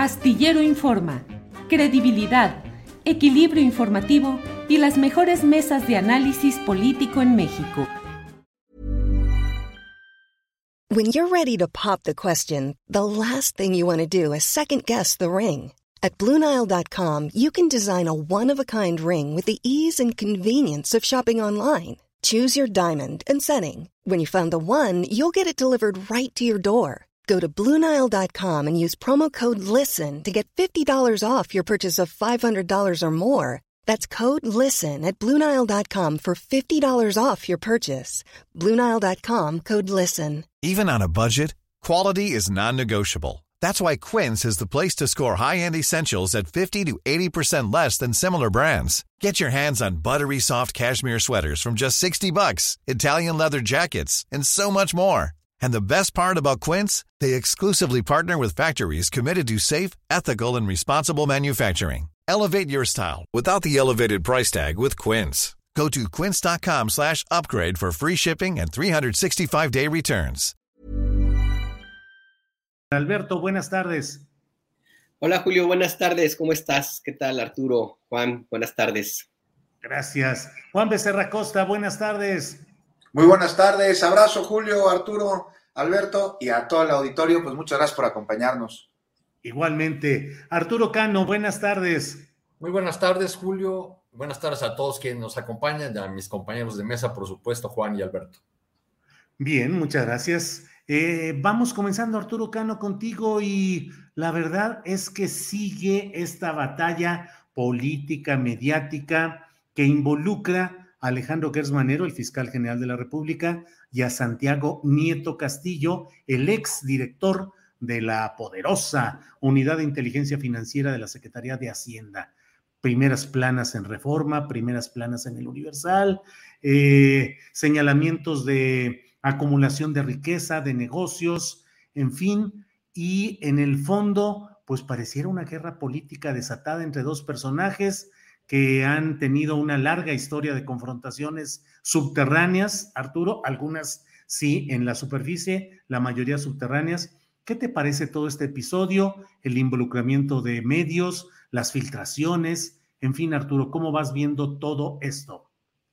Astillero Informa, credibilidad, equilibrio informativo y las mejores mesas de análisis político en México. When you're ready to pop the question, the last thing you want to do is second-guess the ring. At BlueNile.com, you can design a one-of-a-kind ring with the ease and convenience of shopping online. Choose your diamond and setting. When you find the one, you'll get it delivered right to your door. Go to BlueNile.com and use promo code LISTEN to get $50 off your purchase of $500 or more. That's code LISTEN at BlueNile.com for $50 off your purchase. BlueNile.com, code LISTEN. Even on a budget, quality is non-negotiable. That's why Quince is the place to score high-end essentials at 50 to 80% less than similar brands. Get your hands on buttery soft cashmere sweaters from just $60, Italian leather jackets, and so much more. And the best part about Quince, they exclusively partner with factories committed to safe, ethical, and responsible manufacturing. Elevate your style without the elevated price tag with Quince. Go to quince.com/upgrade for free shipping and 365-day returns. Alberto, buenas tardes. Hola Julio, buenas tardes. ¿Cómo estás? ¿Qué tal Arturo? Juan, buenas tardes. Gracias. Juan Becerra Costa, buenas tardes. Muy buenas tardes. Abrazo Julio, Arturo, Alberto y a todo el auditorio. Pues muchas gracias por acompañarnos. Igualmente. Arturo Cano, buenas tardes. Muy buenas tardes, Julio. Buenas tardes a todos quienes nos acompañan, a mis compañeros de mesa, por supuesto, Juan y Alberto. Bien, muchas gracias. Vamos comenzando, Arturo Cano, contigo, y la verdad es que sigue esta batalla política, mediática, que involucra a Alejandro Gertz Manero, el fiscal general de la República, y a Santiago Nieto Castillo, el exdirector de la poderosa Unidad de Inteligencia Financiera de la Secretaría de Hacienda. Primeras planas en Reforma, primeras planas en El Universal, señalamientos de acumulación de riqueza, de negocios, en fin, y en el fondo, pues pareciera una guerra política desatada entre dos personajes que han tenido una larga historia de confrontaciones subterráneas, Arturo, algunas sí en la superficie, la mayoría subterráneas. ¿Qué te parece todo este episodio, el involucramiento de medios, las filtraciones? En fin, Arturo, ¿cómo vas viendo todo esto?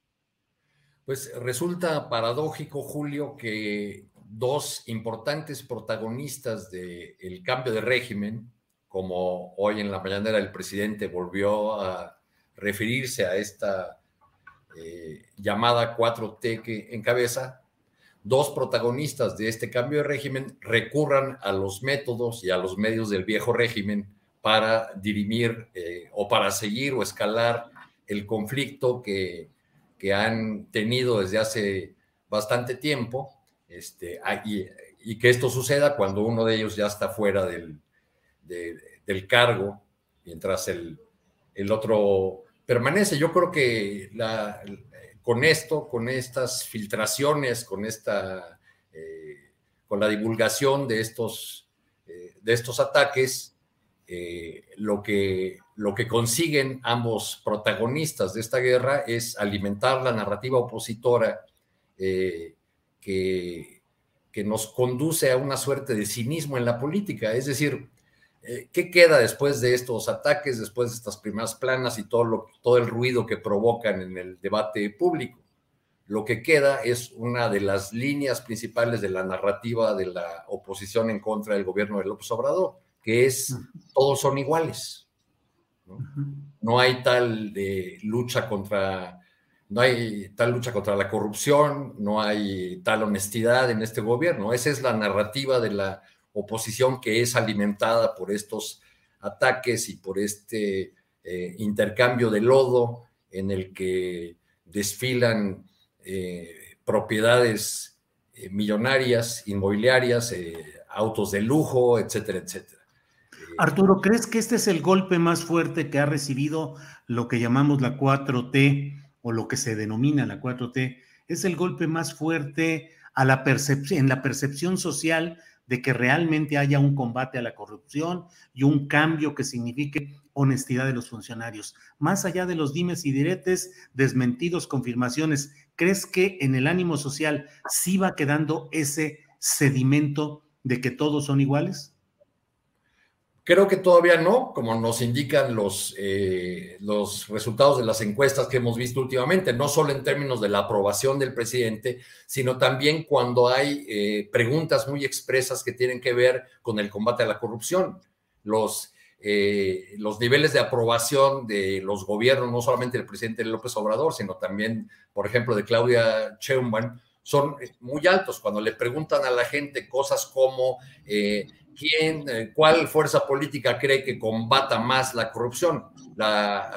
Pues resulta paradójico, Julio, que dos importantes protagonistas del cambio de régimen, como hoy en la mañanera el presidente volvió a referirse a esta llamada 4T que encabeza, dos protagonistas de este cambio de régimen recurran a los métodos y a los medios del viejo régimen para dirimir o para seguir o escalar el conflicto que han tenido desde hace bastante tiempo, y que esto suceda cuando uno de ellos ya está fuera del cargo, mientras el otro permanece. Yo creo que con estas filtraciones, con la divulgación de estos ataques, lo que consiguen ambos protagonistas de esta guerra es alimentar la narrativa opositora que nos conduce a una suerte de cinismo en la política. Es decir, ¿qué queda después de estos ataques, después de estas primeras planas y todo el ruido que provocan en el debate público? Lo que queda es una de las líneas principales de la narrativa de la oposición en contra del gobierno de López Obrador, que es todos son iguales, ¿no? No hay tal lucha contra la corrupción, no hay tal honestidad en este gobierno. Esa es la narrativa de la oposición, que es alimentada por estos ataques y por este intercambio de lodo en el que desfilan propiedades millonarias, inmobiliarias, autos de lujo, etcétera, etcétera. Arturo, ¿crees que este es el golpe más fuerte que ha recibido lo que llamamos la 4T o lo que se denomina la 4T? ¿Es el golpe más fuerte en la percepción social de que realmente haya un combate a la corrupción y un cambio que signifique honestidad de los funcionarios? Más allá de los dimes y diretes, desmentidos, confirmaciones, ¿crees que en el ánimo social sí va quedando ese sedimento de que todos son iguales? Creo que todavía no, como nos indican los resultados de las encuestas que hemos visto últimamente, no solo en términos de la aprobación del presidente, sino también cuando hay preguntas muy expresas que tienen que ver con el combate a la corrupción. Los niveles de aprobación de los gobiernos, no solamente del presidente López Obrador, sino también, por ejemplo, de Claudia Sheinbaum, son muy altos. Cuando le preguntan a la gente cosas como ¿cuál fuerza política cree que combata más la corrupción? Las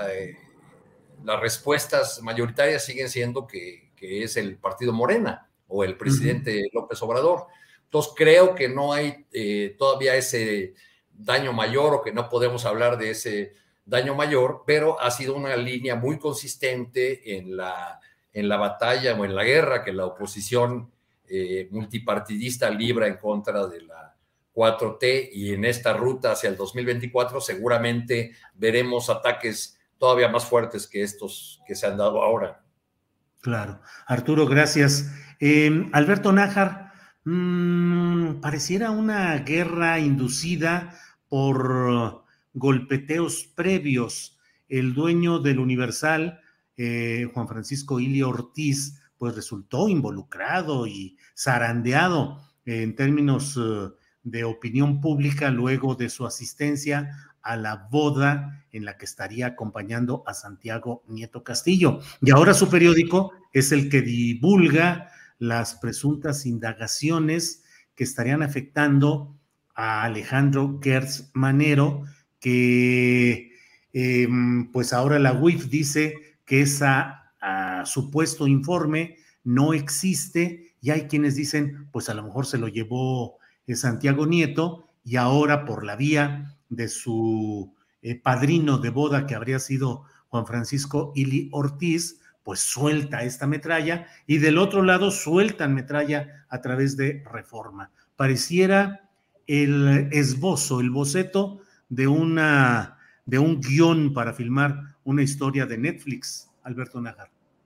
respuestas mayoritarias siguen siendo que es el partido Morena o el presidente López Obrador. Entonces creo que no hay todavía ese daño mayor, o que no podemos hablar de ese daño mayor, pero ha sido una línea muy consistente en la batalla o en la guerra que la oposición multipartidista libra en contra de la 4T, y en esta ruta hacia el 2024 seguramente veremos ataques todavía más fuertes que estos que se han dado ahora. Claro. Arturo, gracias. Alberto Nájar, pareciera una guerra inducida por golpeteos previos. El dueño del Universal, Juan Francisco Ili Ortiz, pues resultó involucrado y zarandeado en términos de opinión pública luego de su asistencia a la boda en la que estaría acompañando a Santiago Nieto Castillo. Y ahora su periódico es el que divulga las presuntas indagaciones que estarían afectando a Alejandro Gertz Manero, que pues ahora la UIF dice que ese supuesto informe no existe, y hay quienes dicen, pues a lo mejor se lo llevó Santiago Nieto, y ahora por la vía de su padrino de boda, que habría sido Juan Francisco Ili Ortiz, pues suelta esta metralla, y del otro lado sueltan metralla a través de Reforma. Pareciera el esbozo, el boceto de un guión para filmar una historia de Netflix, Alberto Nájar.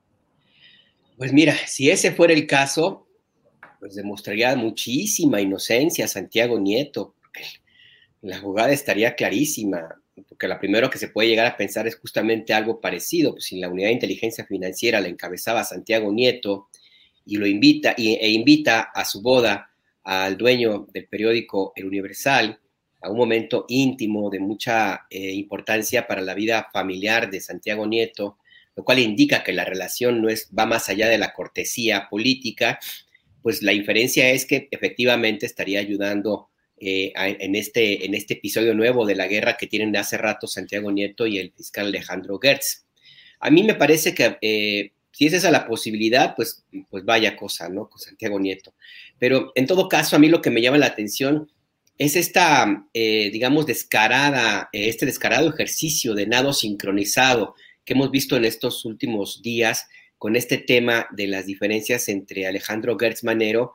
Pues mira, si ese fuera el caso, pues demostraría muchísima inocencia a Santiago Nieto, porque la jugada estaría clarísima, porque lo primero que se puede llegar a pensar es justamente algo parecido. Pues si la unidad de inteligencia financiera la encabezaba Santiago Nieto y lo invita a su boda al dueño del periódico El Universal, a un momento íntimo de mucha importancia para la vida familiar de Santiago Nieto, lo cual indica que la relación va más allá de la cortesía política, pues la inferencia es que efectivamente estaría ayudando en este episodio nuevo de la guerra que tienen de hace rato Santiago Nieto y el fiscal Alejandro Gertz. A mí me parece que si es esa la posibilidad, pues vaya cosa, ¿no? Con Santiago Nieto. Pero en todo caso, a mí lo que me llama la atención es digamos, descarado ejercicio de nado sincronizado que hemos visto en estos últimos días con este tema de las diferencias entre Alejandro Gertz Manero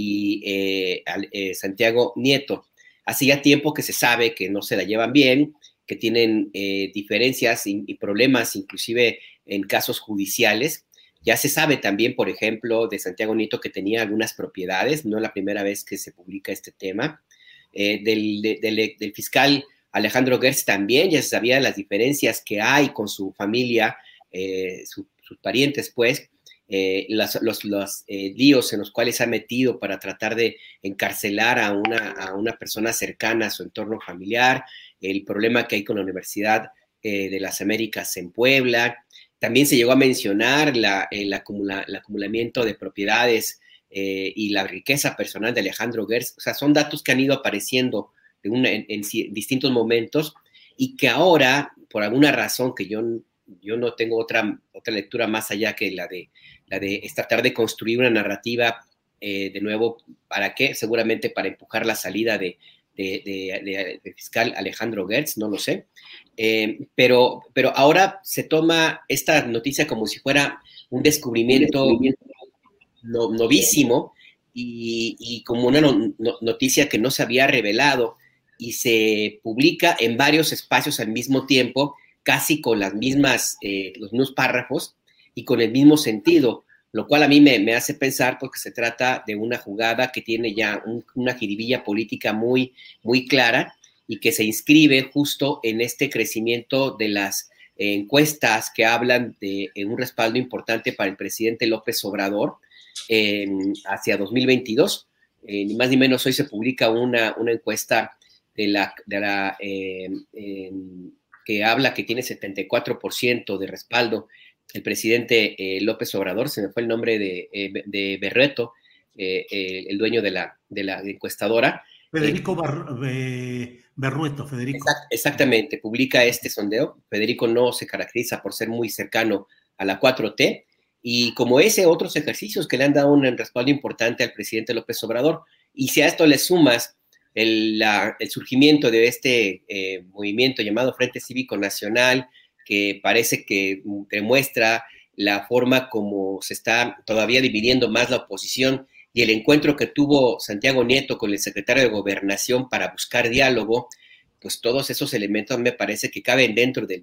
y Santiago Nieto. Hace ya tiempo que se sabe que no se la llevan bien, que tienen diferencias y problemas inclusive en casos judiciales. Ya se sabe también, por ejemplo, de Santiago Nieto que tenía algunas propiedades, no es la primera vez que se publica este tema. Del fiscal Alejandro Gertz también ya se sabía las diferencias que hay con su familia, sus parientes, pues, los líos en los cuales se ha metido para tratar de encarcelar a una persona cercana a su entorno familiar, el problema que hay con la Universidad de las Américas en Puebla. También se llegó a mencionar el acumulamiento de propiedades y la riqueza personal de Alejandro Gertz. O sea, son datos que han ido apareciendo en distintos momentos y que ahora, por alguna razón que yo no tengo otra lectura más allá que la de tratar de construir una narrativa de nuevo, ¿para qué? Seguramente para empujar la salida del fiscal Alejandro Gertz, no lo sé. Pero ahora se toma esta noticia como si fuera un descubrimiento novísimo y como una noticia que no se había revelado, y se publica en varios espacios al mismo tiempo, casi con los mismos párrafos y con el mismo sentido, lo cual a mí me hace pensar porque se trata de una jugada que tiene ya una jiribilla política muy, muy clara y que se inscribe justo en este crecimiento de las encuestas que hablan de un respaldo importante para el presidente López Obrador hacia 2022. Ni más ni menos, hoy se publica una encuesta que habla que tiene 74% de respaldo el presidente López Obrador. Se me fue el nombre de Berreto, el dueño de la encuestadora. Federico Berrueto, Federico. Exactamente, publica este sondeo. Federico no se caracteriza por ser muy cercano a la 4T, y como ese, otros ejercicios que le han dado un respaldo importante al presidente López Obrador. Y si a esto le sumas el surgimiento de este movimiento llamado Frente Cívico Nacional, que parece que demuestra la forma como se está todavía dividiendo más la oposición, y el encuentro que tuvo Santiago Nieto con el secretario de Gobernación para buscar diálogo, pues todos esos elementos me parece que caben dentro de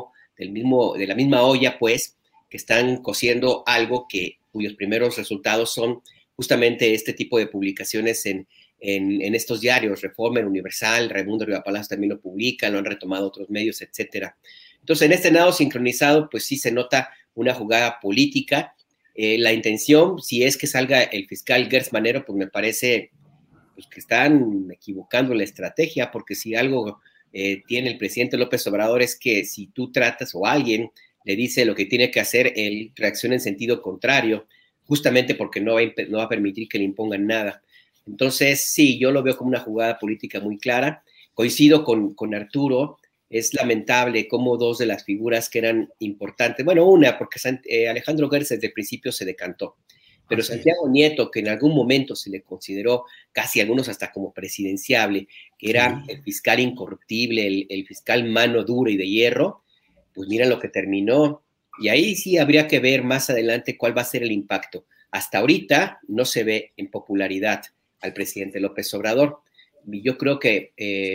la misma olla, pues, que están cociendo algo cuyos primeros resultados son justamente este tipo de publicaciones en estos diarios. Reforma, el Universal, Raimundo Riva Palacio también lo publica, lo han retomado otros medios, etcétera. Entonces, en este nado sincronizado, pues sí se nota una jugada política. La intención, si es que salga el fiscal Gertz Manero, pues me parece pues, que están equivocando la estrategia, porque si algo tiene el presidente López Obrador es que si tú tratas o alguien le dice lo que tiene que hacer, él reacciona en sentido contrario, justamente porque no va a permitir que le impongan nada. Entonces, sí, yo lo veo como una jugada política muy clara. Coincido con Arturo. Es lamentable cómo dos de las figuras que eran importantes, bueno, una, porque Alejandro Gertz desde el principio se decantó, pero Santiago Nieto, que en algún momento se le consideró casi algunos hasta como presidenciable, que era el fiscal incorruptible, el fiscal mano dura y de hierro, pues mira lo que terminó. Y ahí sí habría que ver más adelante cuál va a ser el impacto. Hasta ahorita no se ve en popularidad al presidente López Obrador. Yo creo que,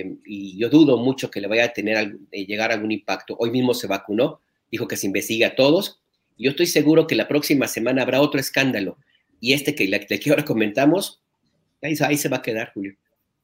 y yo dudo mucho que le vaya a llegar algún impacto. Hoy mismo se vacunó, dijo que se investiga a todos. Yo estoy seguro que la próxima semana habrá otro escándalo. Y que ahora comentamos, ahí se va a quedar, Julio.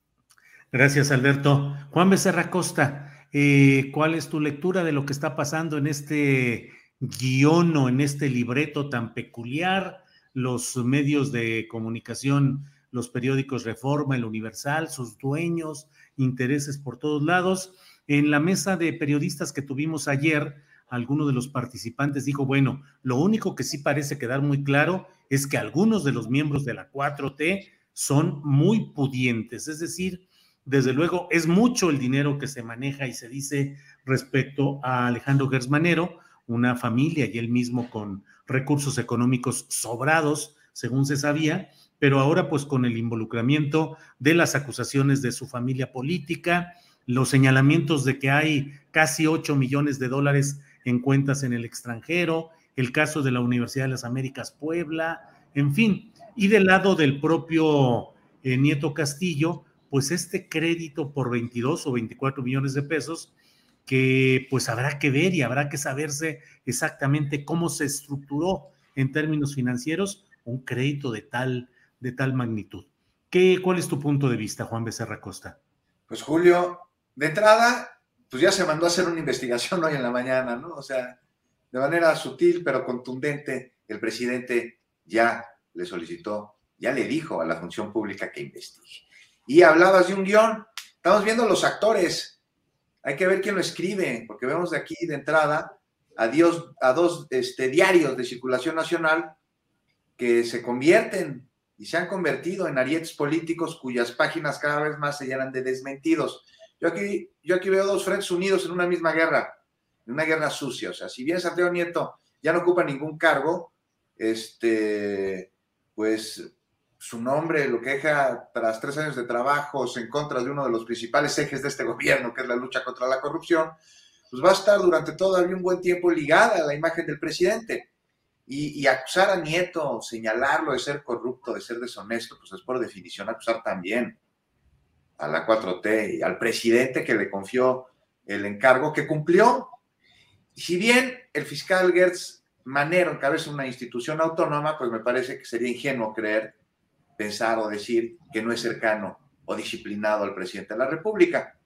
Gracias, Alberto. Juan Becerra Costa, ¿cuál es tu lectura de lo que está pasando en este guión o en este libreto tan peculiar? Los medios de comunicación, los periódicos Reforma, el Universal, sus dueños, intereses por todos lados. En la mesa de periodistas que tuvimos ayer, alguno de los participantes dijo, bueno, lo único que sí parece quedar muy claro es que algunos de los miembros de la 4T son muy pudientes, es decir, desde luego es mucho el dinero que se maneja y se dice respecto a Alejandro Gertz Manero, una familia y él mismo con recursos económicos sobrados, según se sabía, pero ahora pues con el involucramiento de las acusaciones de su familia política, los señalamientos de que hay casi 8 millones de dólares en cuentas en el extranjero, el caso de la Universidad de las Américas Puebla, en fin, y del lado del propio Nieto Castillo, pues este crédito por 22 o 24 millones de pesos que pues habrá que ver y habrá que saberse exactamente cómo se estructuró en términos financieros un crédito de tal magnitud. ¿Cuál es tu punto de vista, Juan Becerra Costa? Pues Julio, de entrada, pues ya se mandó a hacer una investigación hoy en la mañana, ¿no? O sea, de manera sutil pero contundente, el presidente ya le solicitó, ya le dijo a la función pública que investigue. Y hablabas de un guión, estamos viendo los actores, hay que ver quién lo escribe, porque vemos de aquí de entrada a dos diarios de circulación nacional que se convierten y se han convertido en arietes políticos cuyas páginas cada vez más se llenan de desmentidos. Yo aquí veo dos frentes unidos en una misma guerra, en una guerra sucia. O sea, si bien Santiago Nieto ya no ocupa ningún cargo, pues su nombre, lo que deja tras 3 años de trabajos en contra de uno de los principales ejes de este gobierno, que es la lucha contra la corrupción, pues va a estar durante todavía un buen tiempo ligada a la imagen del presidente. Y acusar a Nieto, señalarlo de ser corrupto, de ser deshonesto, pues es por definición acusar también a la 4T y al presidente que le confió el encargo que cumplió. Y si bien el fiscal Gertz Manero encabeza una institución autónoma, pues me parece que sería ingenuo pensar o decir que no es cercano o disciplinado al presidente de la República.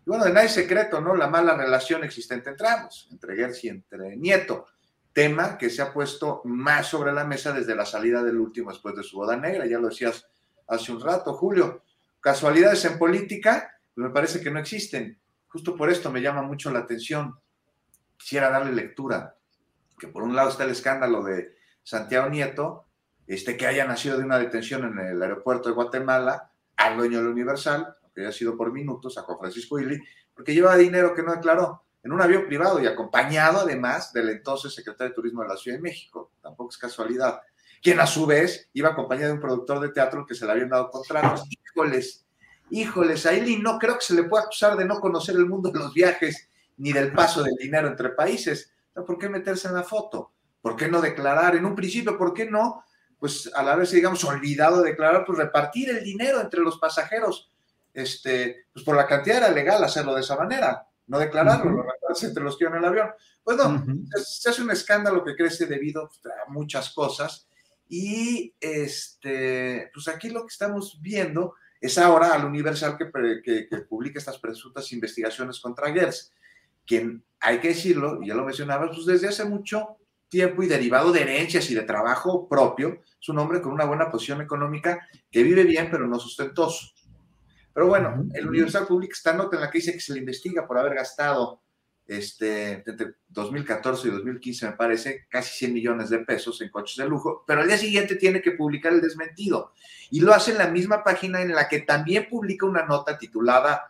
Y bueno, de nadie es secreto, ¿no? La mala relación existente entre ambos, entre Gertz y entre Nieto. Tema que se ha puesto más sobre la mesa desde la salida del último después de su boda negra. Ya lo decías hace un rato, Julio. Casualidades en política, pues me parece que no existen. Justo por esto me llama mucho la atención. Quisiera darle lectura. Que por un lado está el escándalo de Santiago Nieto, que haya nacido de una detención en el aeropuerto de Guatemala, al dueño del Universal, aunque haya sido por minutos, a Juan Francisco Illy, porque lleva dinero que no declaró en un avión privado y acompañado además del entonces secretario de Turismo de la Ciudad de México. Tampoco es casualidad. Quien a su vez iba acompañado de un productor de teatro que se le habían dado contratos. Híjoles, a Illy no creo que se le pueda acusar de no conocer el mundo de los viajes ni del paso del dinero entre países. ¿Por qué meterse en la foto? ¿Por qué no declarar? En un principio, ¿por qué no? Pues al haberse, digamos, olvidado de declarar, pues repartir el dinero entre los pasajeros. Pues por la cantidad era legal hacerlo de esa manera, no declararlo, lo repartirse entre los que iban en el avión. Pues no, se hace un escándalo que crece debido a muchas cosas. Y pues aquí lo que estamos viendo es ahora al Universal que publica estas presuntas investigaciones contra Gertz, quien, hay que decirlo, y ya lo mencionabas, pues desde hace mucho tiempo y derivado de herencias y de trabajo propio, es un hombre con una buena posición económica que vive bien, pero no sustentoso. Pero bueno, el Universal publica esta nota en la que dice que se le investiga por haber gastado entre 2014 y 2015, me parece, casi 100 millones de pesos en coches de lujo, pero al día siguiente tiene que publicar el desmentido. Y lo hace en la misma página en la que también publica una nota titulada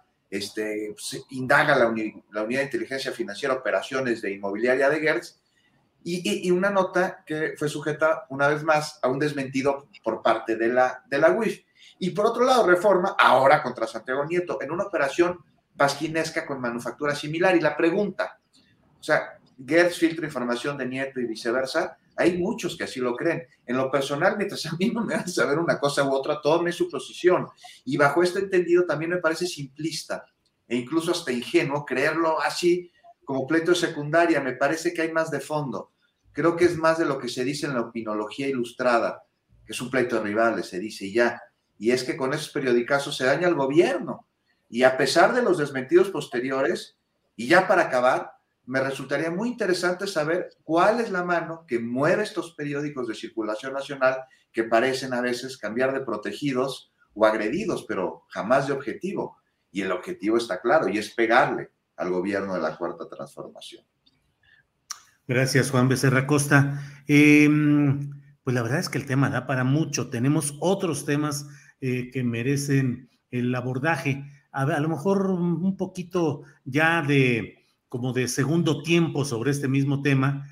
indaga la Unidad de Inteligencia Financiera Operaciones de Inmobiliaria de Gertz, y una nota que fue sujeta una vez más a un desmentido por parte de la UIF. Y por otro lado, Reforma, ahora contra Santiago Nieto, en una operación pasquinesca con manufactura similar. Y la pregunta, o sea, Gertz filtra información de Nieto y viceversa, hay muchos que así lo creen. En lo personal, mientras a mí no me hagan saber una cosa u otra, tome su posición. Y bajo este entendido también me parece simplista e incluso hasta ingenuo creerlo así como pleito de secundaria. Me parece que hay más de fondo. Creo que es más de lo que se dice en la opinología ilustrada, que es un pleito de rivales, se dice ya. Y es que con esos periodicazos se daña al gobierno. Y a pesar de los desmentidos posteriores, y ya para acabar, me resultaría muy interesante saber cuál es la mano que mueve estos periódicos de circulación nacional que parecen a veces cambiar de protegidos o agredidos, pero jamás de objetivo. Y el objetivo está claro, y es pegarle al gobierno de la Cuarta Transformación. Gracias, Juan Becerra Costa. Pues la verdad es que el tema da para mucho. Tenemos otros temas que merecen el abordaje. A lo mejor un poquito ya como de segundo tiempo sobre este mismo tema.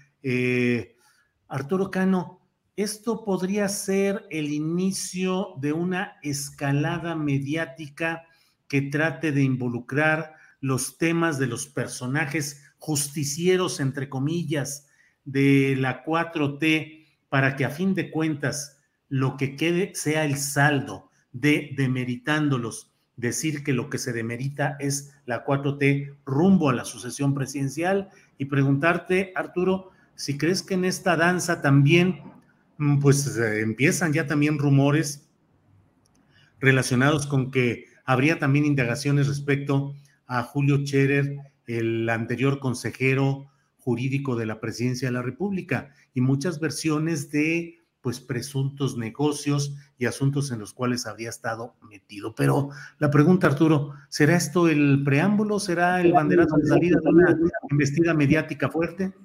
Arturo Cano, ¿esto podría ser el inicio de una escalada mediática que trate de involucrar los temas de los personajes justicieros, entre comillas, de la 4T, para que a fin de cuentas lo que quede sea el saldo de demeritándolos, decir que lo que se demerita es la 4T rumbo a la sucesión presidencial? Y preguntarte, Arturo, si crees que en esta danza también pues empiezan ya también rumores relacionados con que habría también indagaciones respecto a Julio Scherer, el anterior consejero jurídico de la Presidencia de la República, y muchas versiones de pues presuntos negocios y asuntos en los cuales habría estado metido. Pero la pregunta, Arturo, ¿será esto el preámbulo? ¿Será el banderazo de salida de una embestida mediática fuerte?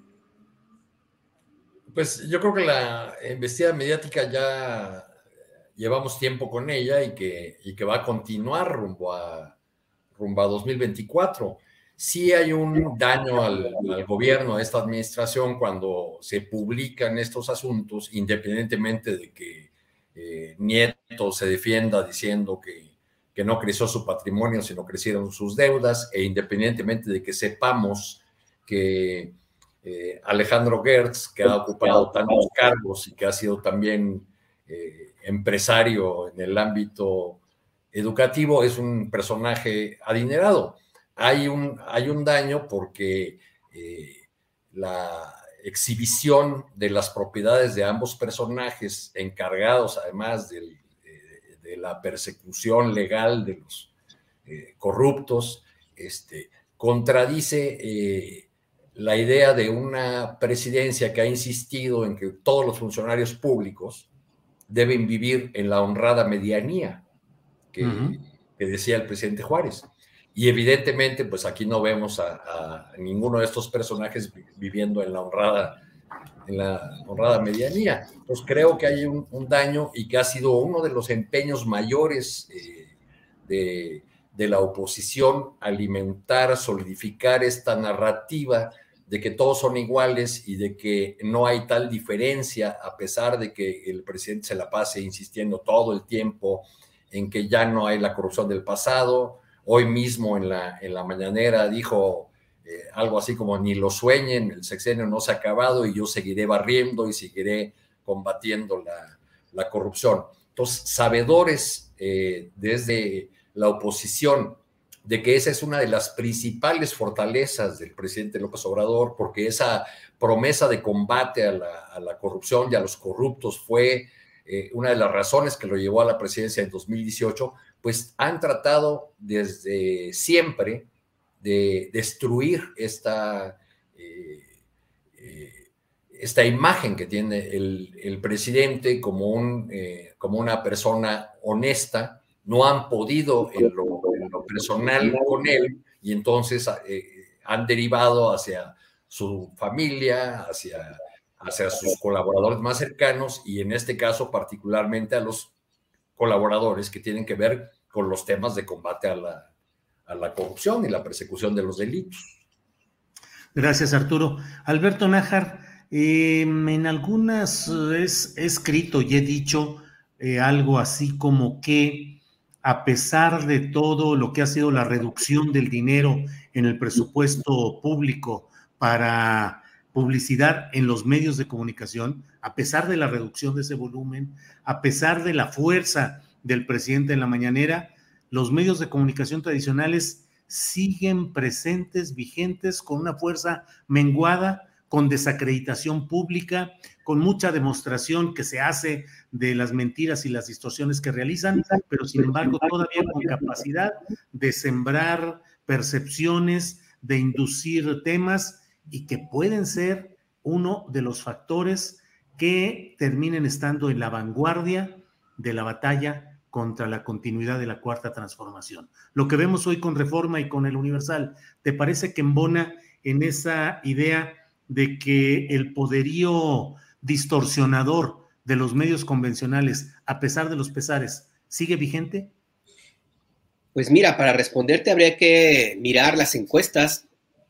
Pues yo creo que la embestida mediática ya llevamos tiempo con ella y que va a continuar rumbo a 2024. Sí hay un daño al gobierno, a esta administración, cuando se publican estos asuntos, independientemente de que Nieto se defienda diciendo que no creció su patrimonio, sino crecieron sus deudas, e independientemente de que sepamos que Alejandro Gertz, que ha ocupado tantos cargos y que ha sido también empresario en el ámbito educativo, es un personaje adinerado. Hay un daño porque la exhibición de las propiedades de ambos personajes, encargados además de la persecución legal de los corruptos, contradice la idea de una presidencia que ha insistido en que todos los funcionarios públicos deben vivir en la honrada medianía que decía el presidente Juárez. Y evidentemente, pues aquí no vemos a ninguno de estos personajes viviendo en la honrada medianía. Entonces creo que hay un daño y que ha sido uno de los empeños mayores de la oposición, alimentar, solidificar esta narrativa de que todos son iguales y de que no hay tal diferencia, a pesar de que el presidente se la pase insistiendo todo el tiempo en que ya no hay la corrupción del pasado. Hoy mismo en la mañanera dijo algo así como: ni lo sueñen, el sexenio no se ha acabado y yo seguiré barriendo y seguiré combatiendo la corrupción. Entonces, sabedores desde la oposición de que esa es una de las principales fortalezas del presidente López Obrador, porque esa promesa de combate a la corrupción y a los corruptos fue una de las razones que lo llevó a la presidencia en 2018, pues han tratado desde siempre de destruir esta imagen que tiene el presidente como una persona honesta. No han podido en lo personal con él, y entonces han derivado hacia su familia, hacia sus colaboradores más cercanos, y en este caso particularmente a los colaboradores que tienen que ver con los temas de combate a la corrupción y la persecución de los delitos. Gracias, Arturo. Alberto Nájar, en algunas he escrito y he dicho algo así como que a pesar de todo lo que ha sido la reducción del dinero en el presupuesto público para publicidad en los medios de comunicación, a pesar de la reducción de ese volumen, a pesar de la fuerza del presidente en la mañanera, los medios de comunicación tradicionales siguen presentes, vigentes, con una fuerza menguada, con desacreditación pública, con mucha demostración que se hace de las mentiras y las distorsiones que realizan, pero sin embargo todavía con capacidad de sembrar percepciones, de inducir temas y que pueden ser uno de los factores que terminen estando en la vanguardia de la batalla contra la continuidad de la Cuarta Transformación. Lo que vemos hoy con Reforma y con El Universal, ¿te parece que embona en esa idea de que el poderío distorsionador de los medios convencionales, a pesar de los pesares, sigue vigente? Pues mira, para responderte habría que mirar las encuestas.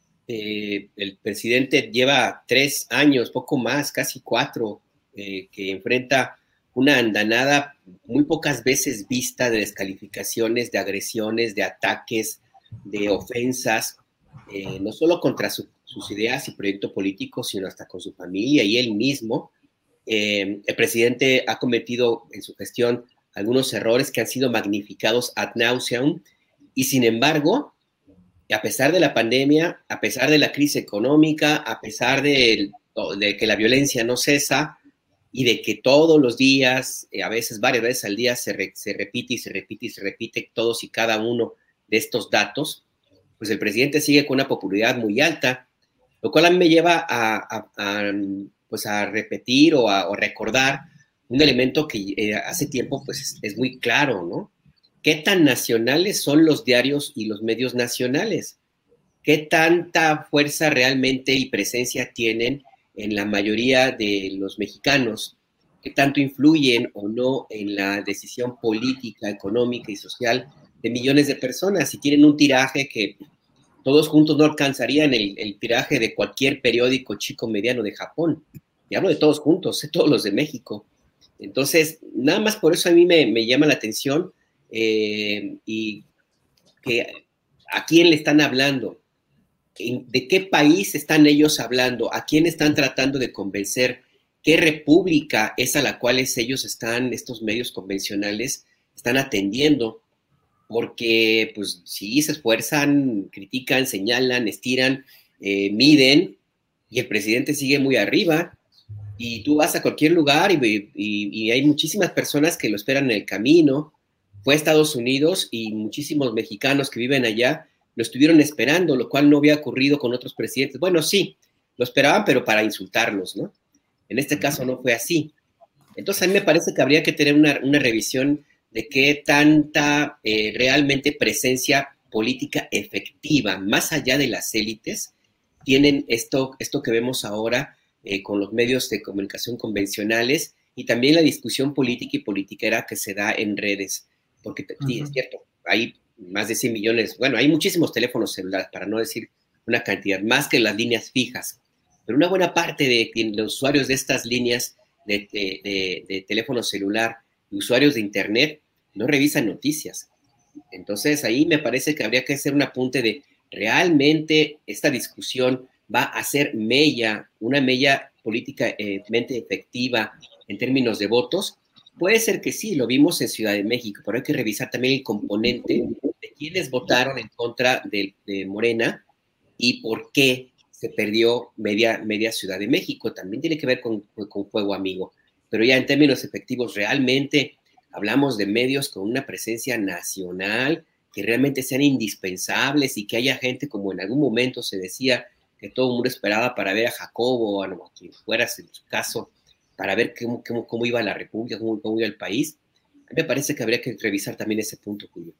El presidente lleva 3 años, poco más, casi 4, que enfrenta una andanada muy pocas veces vista de descalificaciones, de agresiones, de ataques, de ofensas, no solo contra sus ideas y proyecto político, sino hasta con su familia y él mismo. El presidente ha cometido en su gestión algunos errores que han sido magnificados ad nauseam, y sin embargo, a pesar de la pandemia, a pesar de la crisis económica, a pesar de que la violencia no cesa y de que todos los días, a veces varias veces al día, se repite y se repite y se repite todos y cada uno de estos datos, pues el presidente sigue con una popularidad muy alta, lo cual a mí me lleva a repetir o a recordar un elemento que hace tiempo pues es muy claro, ¿no? ¿Qué tan nacionales son los diarios y los medios nacionales? ¿Qué tanta fuerza realmente y presencia tienen en la mayoría de los mexicanos? ¿Qué tanto influyen o no en la decisión política, económica y social de millones de personas? Si tienen un tiraje que todos juntos no alcanzarían el tiraje de cualquier periódico chico mediano de Japón. Y hablo de todos juntos, todos los de México. Entonces, nada más por eso a mí me llama la atención y que a quién le están hablando, de qué país están ellos hablando, a quién están tratando de convencer, qué república es a la cual estos medios convencionales están atendiendo, porque pues sí se esfuerzan, critican, señalan, estiran, miden, y el presidente sigue muy arriba. Y tú vas a cualquier lugar y hay muchísimas personas que lo esperan en el camino. Fue a Estados Unidos y muchísimos mexicanos que viven allá lo estuvieron esperando, lo cual no había ocurrido con otros presidentes. Bueno, sí, lo esperaban, pero para insultarlos, ¿no? En este caso no fue así. Entonces, a mí me parece que habría que tener una revisión de qué tanta realmente presencia política efectiva, más allá de las élites, tienen esto que vemos ahora con los medios de comunicación convencionales y también la discusión política y politiquera que se da en redes. Porque sí, es cierto, hay más de 100 millones, bueno, hay muchísimos teléfonos celulares, para no decir una cantidad, más que las líneas fijas. Pero una buena parte de los usuarios de estas líneas de teléfono celular y usuarios de Internet no revisan noticias. Entonces, ahí me parece que habría que hacer un apunte de realmente esta discusión va a ser una mella políticamente efectiva en términos de votos. Puede ser que sí, lo vimos en Ciudad de México, pero hay que revisar también el componente de quienes votaron en contra de Morena y por qué se perdió media Ciudad de México. También tiene que ver con Fuego Amigo. Pero ya en términos efectivos, realmente hablamos de medios con una presencia nacional que realmente sean indispensables y que haya gente, como en algún momento se decía, que todo el mundo esperaba para ver a Jacobo o a quien fuera en su caso, para ver cómo iba la República, cómo iba el país. A mí me parece que habría que revisar también ese punto, Julio.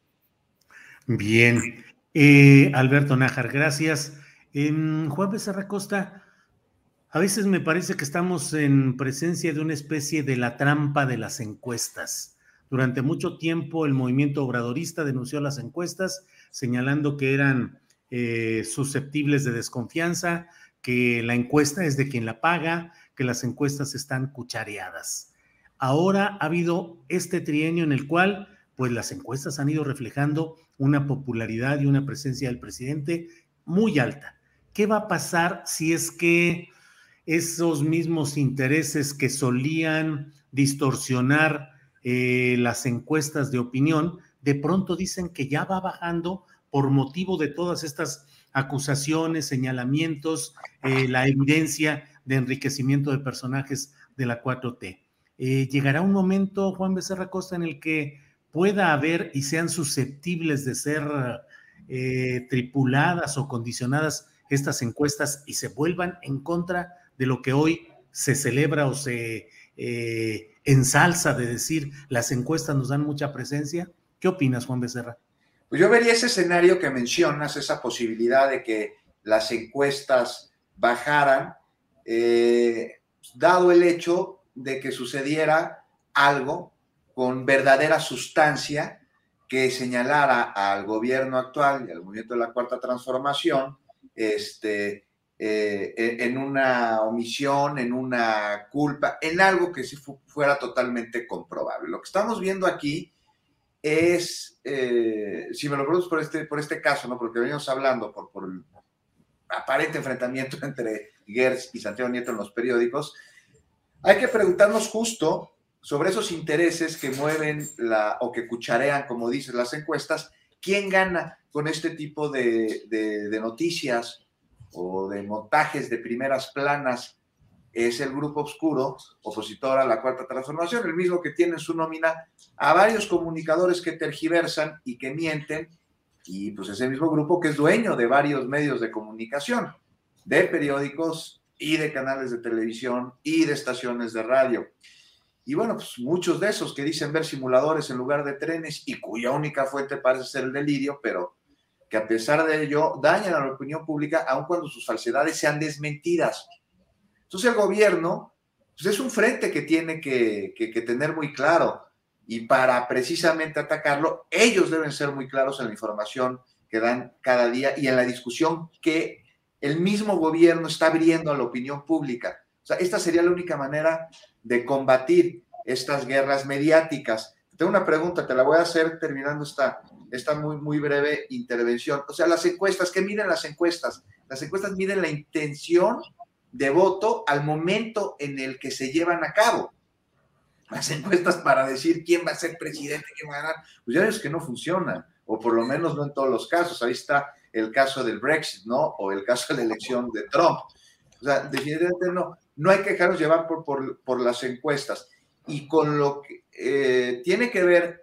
Bien. Alberto Nájar, gracias. Juan Becerra Costa, a veces me parece que estamos en presencia de una especie de la trampa de las encuestas. Durante mucho tiempo el movimiento obradorista denunció las encuestas, señalando que eran susceptibles de desconfianza, que la encuesta es de quien la paga, que las encuestas están cuchareadas. Ahora ha habido este trienio en el cual pues las encuestas han ido reflejando una popularidad y una presencia del presidente muy alta. ¿Qué va a pasar si es que esos mismos intereses que solían distorsionar las encuestas de opinión, de pronto dicen que ya va bajando por motivo de todas estas acusaciones, señalamientos, la evidencia de enriquecimiento de personajes de la 4T? ¿Llegará un momento, Juan Becerra Costa, en el que pueda haber y sean susceptibles de ser tripuladas o condicionadas estas encuestas y se vuelvan en contra de lo que hoy se celebra o se ensalza de decir las encuestas nos dan mucha presencia? ¿Qué opinas, Juan Becerra? Pues yo vería ese escenario que mencionas, esa posibilidad de que las encuestas bajaran, dado el hecho de que sucediera algo con verdadera sustancia que señalara al gobierno actual y al movimiento de la Cuarta Transformación en una omisión, en una culpa, en algo que sí fuera totalmente comprobable. Lo que estamos viendo aquí es, si me lo preguntas por este caso, ¿no? Porque venimos hablando por el aparente enfrentamiento entre Gertz y Santiago Nieto en los periódicos, hay que preguntarnos justo sobre esos intereses que mueven o que cucharean, como dices, las encuestas. ¿Quién gana con este tipo de noticias o de montajes de primeras planas? Es el grupo oscuro opositor a la Cuarta Transformación, el mismo que tiene en su nómina a varios comunicadores que tergiversan y que mienten, y pues ese mismo grupo que es dueño de varios medios de comunicación, de periódicos y de canales de televisión y de estaciones de radio. Y bueno, pues muchos de esos que dicen ver simuladores en lugar de trenes y cuya única fuente parece ser el delirio, pero que a pesar de ello dañan a la opinión pública aun cuando sus falsedades sean desmentidas. Entonces el gobierno pues es un frente que tiene que tener muy claro, y para precisamente atacarlo, ellos deben ser muy claros en la información que dan cada día y en la discusión que el mismo gobierno está abriendo a la opinión pública. O sea, esta sería la única manera de combatir estas guerras mediáticas. Tengo una pregunta, te la voy a hacer terminando esta muy breve intervención. O sea, las encuestas, ¿qué miden las encuestas? Las encuestas miden la intención de voto al momento en el que se llevan a cabo. Las encuestas para decir quién va a ser presidente, quién va a ganar, pues ya ves que no funcionan, o por lo menos no en todos los casos. Ahí está el caso del Brexit, ¿no? O el caso de la elección de Trump. O sea, definitivamente no hay que dejarnos llevar por las encuestas. Y con lo que tiene que ver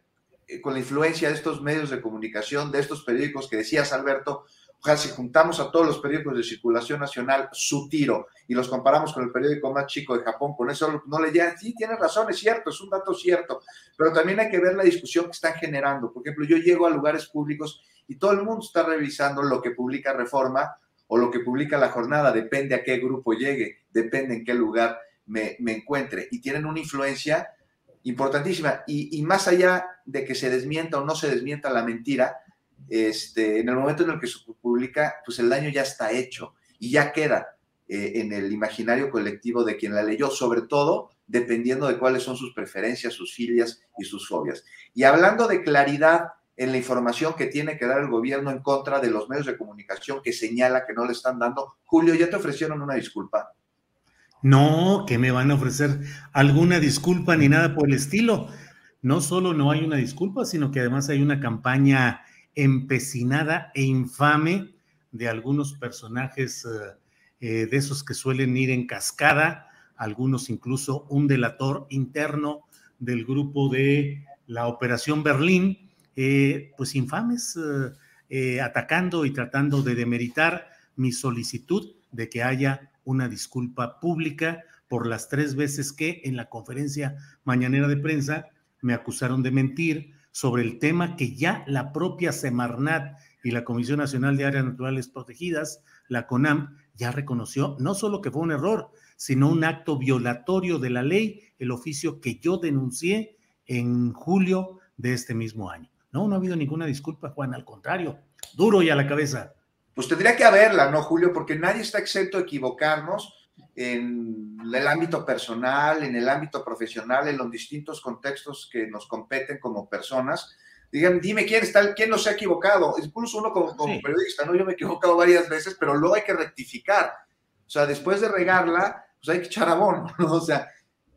con la influencia de estos medios de comunicación, de estos periódicos que decías, Alberto, ojalá si juntamos a todos los periódicos de circulación nacional, su tiro, y los comparamos con el periódico más chico de Japón, con eso no le llegan. Sí, tienes razón, es cierto, es un dato cierto, pero también hay que ver la discusión que están generando. Por ejemplo, yo llego a lugares públicos y todo el mundo está revisando lo que publica Reforma o lo que publica La Jornada, depende a qué grupo llegue, depende en qué lugar me encuentre, y tienen una influencia importantísima, y más allá de que se desmienta o no se desmienta la mentira, en el momento en el que se publica, pues el daño ya está hecho y ya queda en el imaginario colectivo de quien la leyó, sobre todo dependiendo de cuáles son sus preferencias, sus filias y sus fobias. Y hablando de claridad en la información que tiene que dar el gobierno en contra de los medios de comunicación que señala que no le están dando, Julio, ¿ya te ofrecieron una disculpa? No, que me van a ofrecer alguna disculpa ni nada por el estilo. No solo no hay una disculpa, sino que además hay una campaña empecinada e infame de algunos personajes de esos que suelen ir en cascada, algunos incluso un delator interno del grupo de la Operación Berlín, pues infames, atacando y tratando de demeritar mi solicitud de que haya una disculpa pública por las 3 veces que en la conferencia mañanera de prensa me acusaron de mentir sobre el tema que ya la propia Semarnat y la Comisión Nacional de Áreas Naturales Protegidas, la CONAM, ya reconoció no solo que fue un error, sino un acto violatorio de la ley, el oficio que yo denuncié en julio de este mismo año. No ha habido ninguna disculpa, Juan, al contrario, duro y a la cabeza. Pues tendría que haberla, ¿no, Julio? Porque nadie está exento de equivocarnos en el ámbito personal, en el ámbito profesional, en los distintos contextos que nos competen como personas. Dime quién no se ha equivocado. Incluso uno como periodista, ¿no? Yo me he equivocado varias veces, pero luego hay que rectificar. O sea, después de regarla, pues hay que echar abono, ¿no? O sea,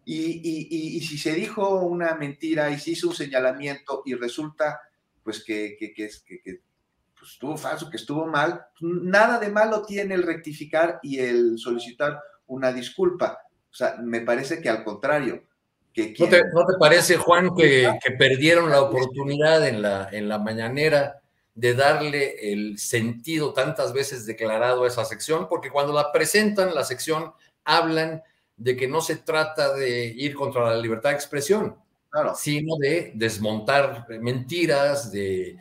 y si se dijo una mentira y se hizo un señalamiento y resulta, pues, que pues estuvo falso, que estuvo mal, nada de malo tiene el rectificar y el solicitar una disculpa. O sea, me parece que al contrario. ¿No te parece, Juan, que perdieron la oportunidad en la mañanera de darle el sentido tantas veces declarado a esa sección? Porque cuando la presentan, la sección, hablan de que no se trata de ir contra la libertad de expresión, claro, sino de desmontar mentiras,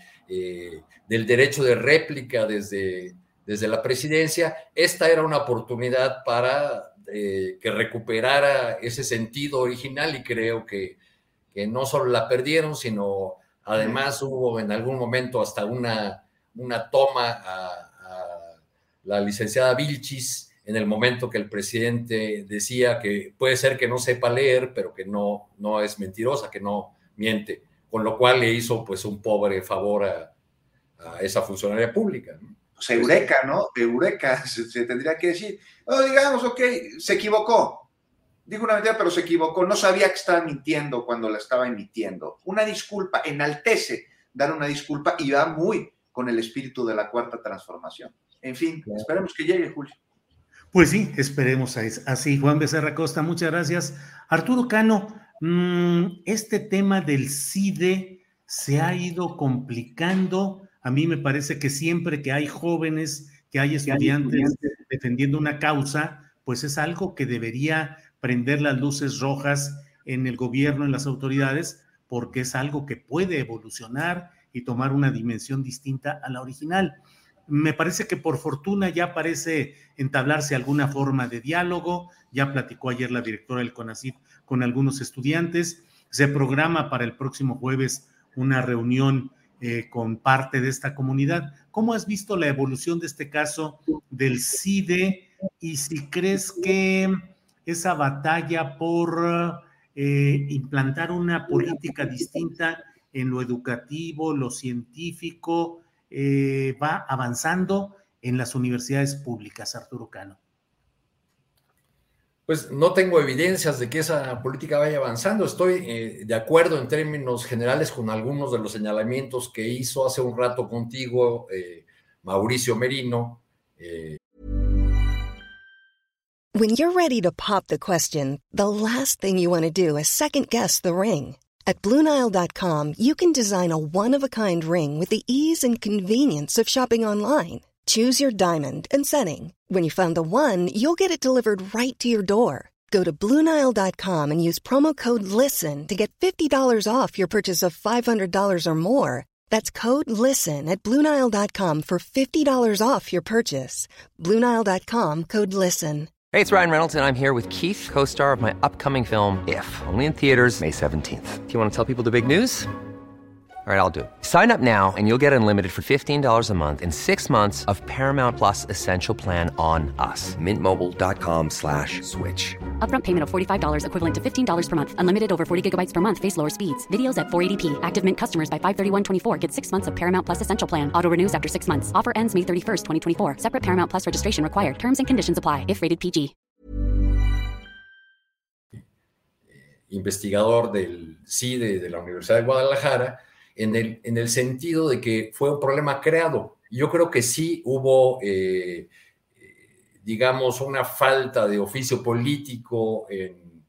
del derecho de réplica desde la presidencia. Esta era una oportunidad para que recuperara ese sentido original, y creo que no solo la perdieron, sino además hubo en algún momento hasta una toma a la licenciada Vilchis en el momento que el presidente decía que puede ser que no sepa leer, pero que no es mentirosa, que no miente, con lo cual le hizo pues un pobre favor a esa funcionaria pública, ¿no? Pues eureka, ¿no? Eureka, se tendría que decir. No, digamos, ok, se equivocó. Dijo una mentira, pero se equivocó. No sabía que estaba mintiendo cuando la estaba emitiendo. Una disculpa, enaltece dar una disculpa y va muy con el espíritu de la Cuarta Transformación. En fin, esperemos que llegue, Julio. Pues sí, esperemos así. Juan Becerra Costa, muchas gracias. Arturo Cano, este tema del CIDE se ha ido complicando. A mí me parece que siempre que hay jóvenes, que hay estudiantes defendiendo una causa, pues es algo que debería prender las luces rojas en el gobierno, en las autoridades, porque es algo que puede evolucionar y tomar una dimensión distinta a la original. Me parece que por fortuna ya parece entablarse alguna forma de diálogo. Ya platicó ayer la directora del CONACYT con algunos estudiantes. Se programa para el próximo jueves una reunión con parte de esta comunidad. ¿Cómo has visto la evolución de este caso del CIDE? Y si crees que esa batalla por implantar una política distinta en lo educativo, lo científico, va avanzando en las universidades públicas, Arturo Cano. Pues no tengo evidencias de que esa política vaya avanzando. Estoy de acuerdo en términos generales con algunos de los señalamientos que hizo hace un rato contigo Mauricio Merino. When you're ready to pop the question, the last thing you want to do is second guess the ring. At BlueNile.com, you can design a one-of-a-kind ring with the ease and convenience of shopping online. Choose your diamond and setting. When you find the one, you'll get it delivered right to your door. Go to BlueNile.com and use promo code LISTEN to get $50 off your purchase of $500 or more. That's code LISTEN at BlueNile.com for $50 off your purchase. BlueNile.com, code LISTEN. Hey, it's Ryan Reynolds, and I'm here with Keith, co-star of my upcoming film, If, only in theaters May 17th. Do you want to tell people the big news? All right, I'll do it. Sign up now and you'll get unlimited for $15 a month and 6 months of Paramount Plus Essential Plan on us. MintMobile.com/switch. Upfront payment of $45 equivalent to $15 per month. Unlimited over 40 gigabytes per month. Face lower speeds. Videos at 480p. Active Mint customers by 531.24 get 6 months of Paramount Plus Essential Plan. Auto renews after 6 months. Offer ends May 31st, 2024. Separate Paramount Plus registration required. Terms and conditions apply if rated PG. Investigador del CIDE de la Universidad de Guadalajara, en el sentido de que fue un problema creado. Yo creo que sí hubo, digamos, una falta de oficio político en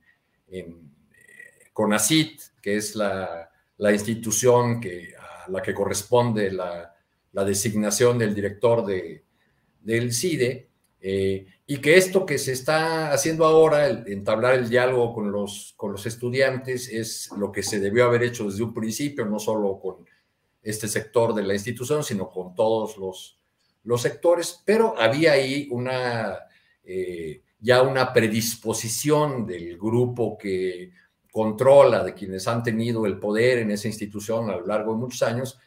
CONACYT, que es la institución a la que corresponde la designación del director del CIDE, y que esto que se está haciendo ahora, entablar el diálogo con los estudiantes, es lo que se debió haber hecho desde un principio, no solo con este sector de la institución, sino con todos los sectores, pero había ahí ya una predisposición del grupo que controla, de quienes han tenido el poder en esa institución a lo largo de muchos años,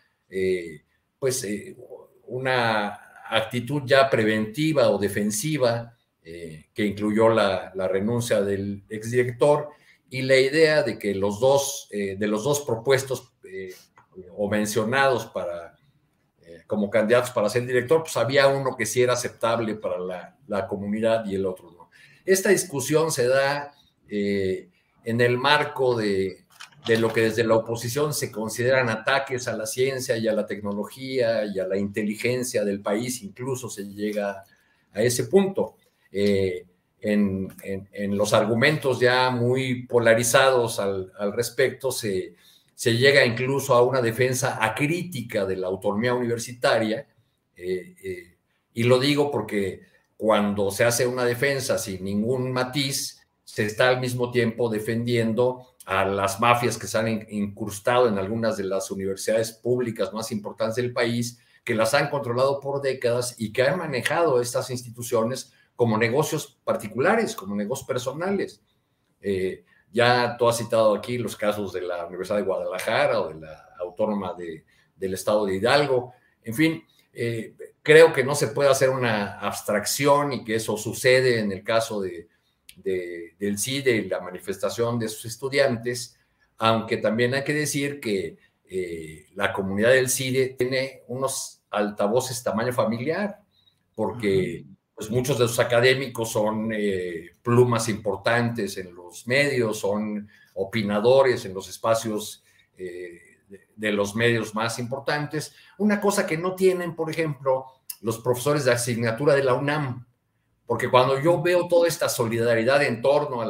una actitud ya preventiva o defensiva, que incluyó la renuncia del exdirector y la idea de que de los dos propuestos o mencionados como candidatos para ser director, pues había uno que sí era aceptable para la comunidad y el otro no. Esta discusión se da en el marco de lo que desde la oposición se consideran ataques a la ciencia y a la tecnología y a la inteligencia del país, incluso se llega a ese punto. En los argumentos ya muy polarizados al respecto, se llega incluso a una defensa acrítica de la autonomía universitaria, y lo digo porque cuando se hace una defensa sin ningún matiz, se está al mismo tiempo defendiendo a las mafias que se han incrustado en algunas de las universidades públicas más importantes del país, que las han controlado por décadas y que han manejado estas instituciones como negocios particulares, como negocios personales. Ya tú has citado aquí los casos de la Universidad de Guadalajara o de la Autónoma del Estado de Hidalgo. En fin, creo que no se puede hacer una abstracción y que eso sucede en el caso del CIDE y la manifestación de sus estudiantes, aunque también hay que decir que la comunidad del CIDE tiene unos altavoces tamaño familiar, porque pues, muchos de sus académicos son plumas importantes en los medios, son opinadores en los espacios de los medios más importantes, una cosa que no tienen, por ejemplo, los profesores de asignatura de la UNAM, porque cuando yo veo toda esta solidaridad en torno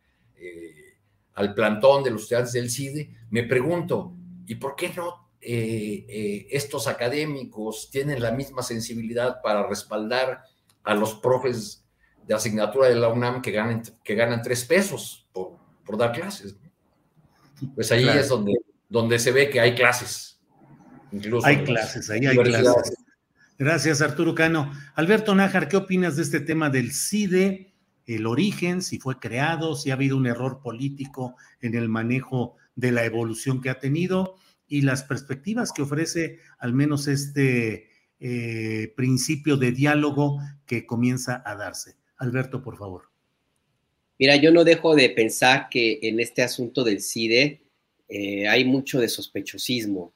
al plantón de los estudiantes del CIDE, me pregunto, ¿y por qué no estos académicos tienen la misma sensibilidad para respaldar a los profes de asignatura de la UNAM que ganan 3 pesos por dar clases? Pues ahí es donde se ve que hay clases. Incluso hay clases. Gracias, Arturo Cano. Alberto Nájar, ¿qué opinas de este tema del CIDE? El origen, si fue creado, si ha habido un error político en el manejo de la evolución que ha tenido y las perspectivas que ofrece al menos este principio de diálogo que comienza a darse. Alberto, por favor. Mira, yo no dejo de pensar que en este asunto del CIDE hay mucho de sospechosismo.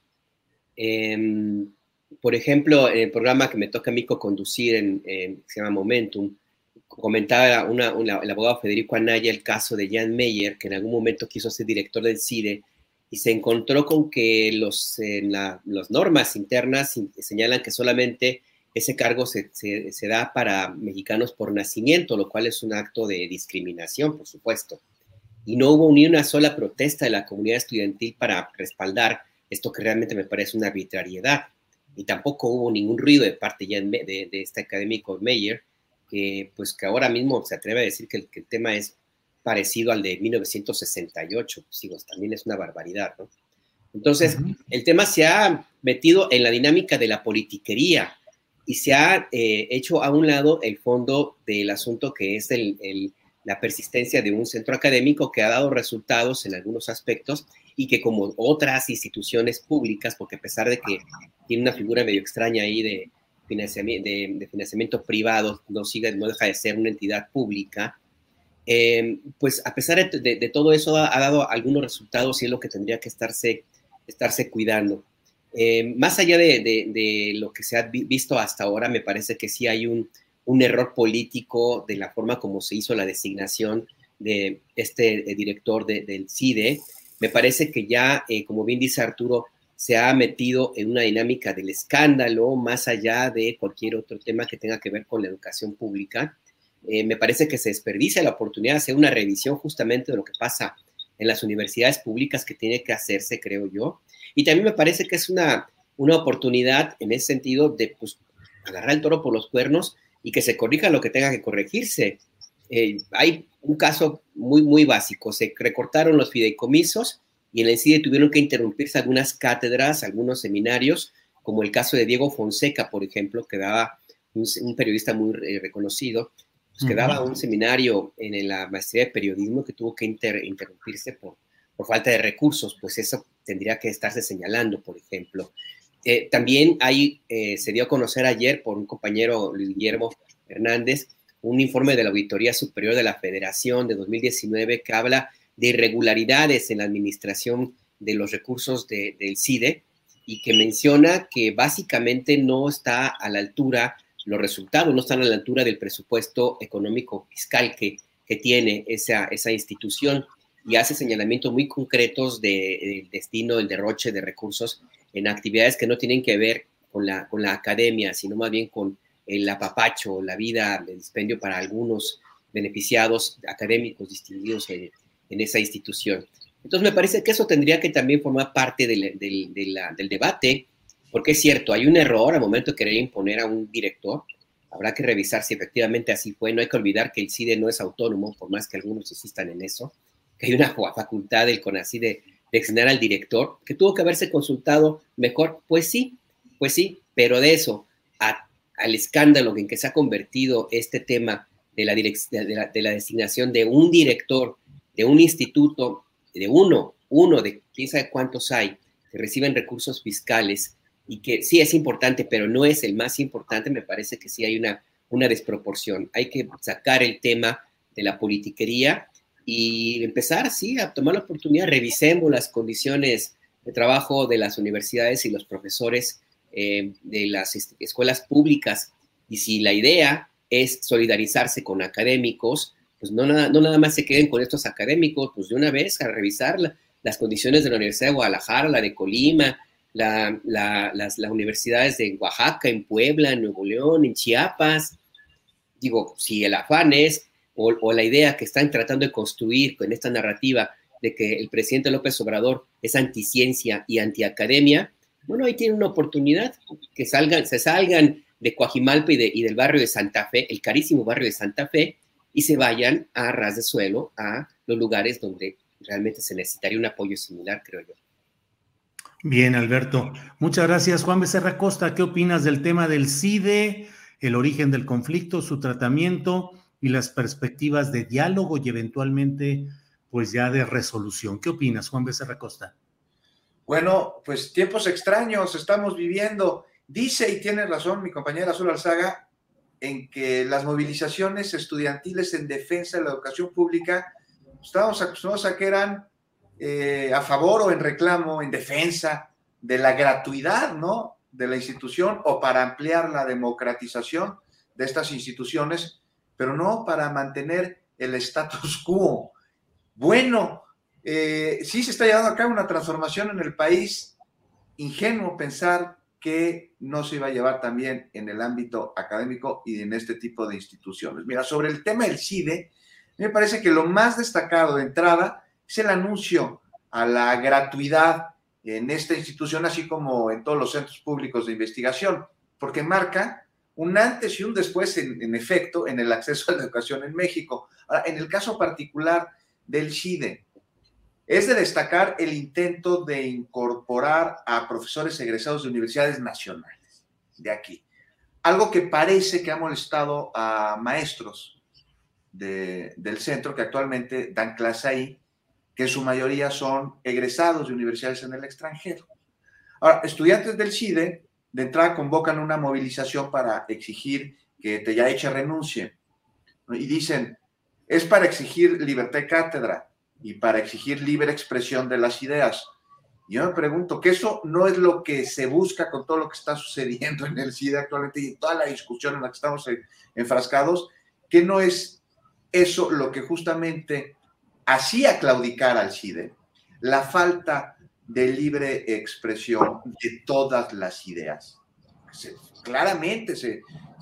Por ejemplo, en el programa que me toca a mí co-conducir, que se llama Momentum, comentaba el abogado Federico Anaya el caso de Jan Meyer, que en algún momento quiso ser director del CIDE y se encontró con que las normas internas señalan que solamente ese cargo se da para mexicanos por nacimiento, lo cual es un acto de discriminación, por supuesto. y no hubo ni una sola protesta de la comunidad estudiantil para respaldar esto que realmente me parece una arbitrariedad. Y tampoco hubo ningún ruido de parte ya de este académico Meyer, que ahora mismo se atreve a decir que el tema es parecido al de 1968, pues digo, también es una barbaridad, ¿no? Entonces, el tema se ha metido en la dinámica de la politiquería y se ha hecho a un lado el fondo del asunto, que es la persistencia de un centro académico que ha dado resultados en algunos aspectos y que, como otras instituciones públicas, porque a pesar de que tiene una figura medio extraña ahí de financiamiento privado, no deja de ser una entidad pública, pues a pesar de todo eso ha dado algunos resultados y es lo que tendría que estarse cuidando. Más allá de lo que se ha visto hasta ahora, me parece que sí hay un error político de la forma como se hizo la designación de este director del CIDE. Me parece que ya, como bien dice Arturo, se ha metido en una dinámica del escándalo más allá de cualquier otro tema que tenga que ver con la educación pública. Me parece que se desperdicia la oportunidad de hacer una revisión justamente de lo que pasa en las universidades públicas, que tiene que hacerse, creo yo. Y también me parece que es una oportunidad en ese sentido de agarrar el toro por los cuernos y que se corrija lo que tenga que corregirse. Hay un caso muy, muy básico. Se recortaron los fideicomisos y en el CIDE tuvieron que interrumpirse algunas cátedras, algunos seminarios, como el caso de Diego Fonseca, por ejemplo, que daba un periodista muy reconocido, que daba un seminario en la maestría de periodismo que tuvo que interrumpirse por falta de recursos. Pues eso tendría que estarse señalando, por ejemplo. También se dio a conocer ayer por un compañero, Luis Guillermo Hernández, un informe de la Auditoría Superior de la Federación de 2019 que habla de irregularidades en la administración de los recursos del CIDE y que menciona que básicamente no está a la altura, los resultados no están a la altura del presupuesto económico fiscal que tiene esa institución, y hace señalamientos muy concretos del destino, el derroche de recursos en actividades que no tienen que ver con la academia, sino más bien con el apapacho, la vida, el dispendio para algunos beneficiados académicos distinguidos en esa institución. Entonces me parece que eso tendría que también formar parte del debate, porque es cierto, hay un error al momento de querer imponer a un director. Habrá que revisar si efectivamente así fue. No hay que olvidar que el CIDE no es autónomo, por más que algunos insistan en eso, que hay una facultad del CONACYT de designar al director, que tuvo que haberse consultado mejor. Pues sí, pero de eso al escándalo en que se ha convertido este tema de la designación de un director de un instituto, de uno de quién sabe cuántos hay, que reciben recursos fiscales, y que sí es importante, pero no es el más importante. Me parece que sí hay una desproporción. Hay que sacar el tema de la politiquería y empezar, sí, a tomar la oportunidad. Revisemos las condiciones de trabajo de las universidades y los profesores de las escuelas públicas, y si la idea es solidarizarse con académicos, pues no nada más se queden con estos académicos, pues de una vez a revisar las condiciones de la Universidad de Guadalajara, la de Colima, las universidades de Oaxaca, en Puebla, en Nuevo León, en Chiapas. Digo, si el afán es, o la idea que están tratando de construir con esta narrativa de que el presidente López Obrador es anticiencia y antiacademia, bueno, ahí tienen una oportunidad, que se salgan de Coajimalpa y del barrio de Santa Fe, el carísimo barrio de Santa Fe, y se vayan a ras de suelo a los lugares donde realmente se necesitaría un apoyo similar, creo yo. Bien, Alberto. Muchas gracias. Juan Becerra Costa, ¿qué opinas del tema del CIDE, el origen del conflicto, su tratamiento y las perspectivas de diálogo y eventualmente, pues ya de resolución? ¿Qué opinas, Juan Becerra Costa? Bueno, pues tiempos extraños estamos viviendo. Dice, y tiene razón mi compañera Azul Alzaga, en que las movilizaciones estudiantiles en defensa de la educación pública, estábamos acostumbrados a que eran a favor o en reclamo, en defensa de la gratuidad, ¿no?, de la institución, o para ampliar la democratización de estas instituciones, pero no para mantener el status quo. Bueno, sí se está llevando a cabo una transformación en el país. Ingenuo pensar que no se iba a llevar también en el ámbito académico y en este tipo de instituciones. Mira, sobre el tema del CIDE, Me parece que lo más destacado de entrada es el anuncio a la gratuidad en esta institución, así como en todos los centros públicos de investigación, porque marca un antes y un después, en efecto, en el acceso a la educación en México. Ahora, en el caso particular del CIDE, es de destacar el intento de incorporar a profesores egresados de universidades nacionales de aquí. Algo que parece que ha molestado a maestros del centro que actualmente dan clase ahí, que en su mayoría son egresados de universidades en el extranjero. Ahora, estudiantes del CIDE de entrada convocan una movilización para exigir que Tellaeche renuncie. Y dicen, es para exigir libertad de cátedra y para exigir libre expresión de las ideas. Y yo me pregunto, que eso no es lo que se busca con todo lo que está sucediendo en el CIDE actualmente y en toda la discusión en la que estamos enfrascados, que no es eso lo que justamente hacía claudicar al CIDE, la falta de libre expresión de todas las ideas. Claramente se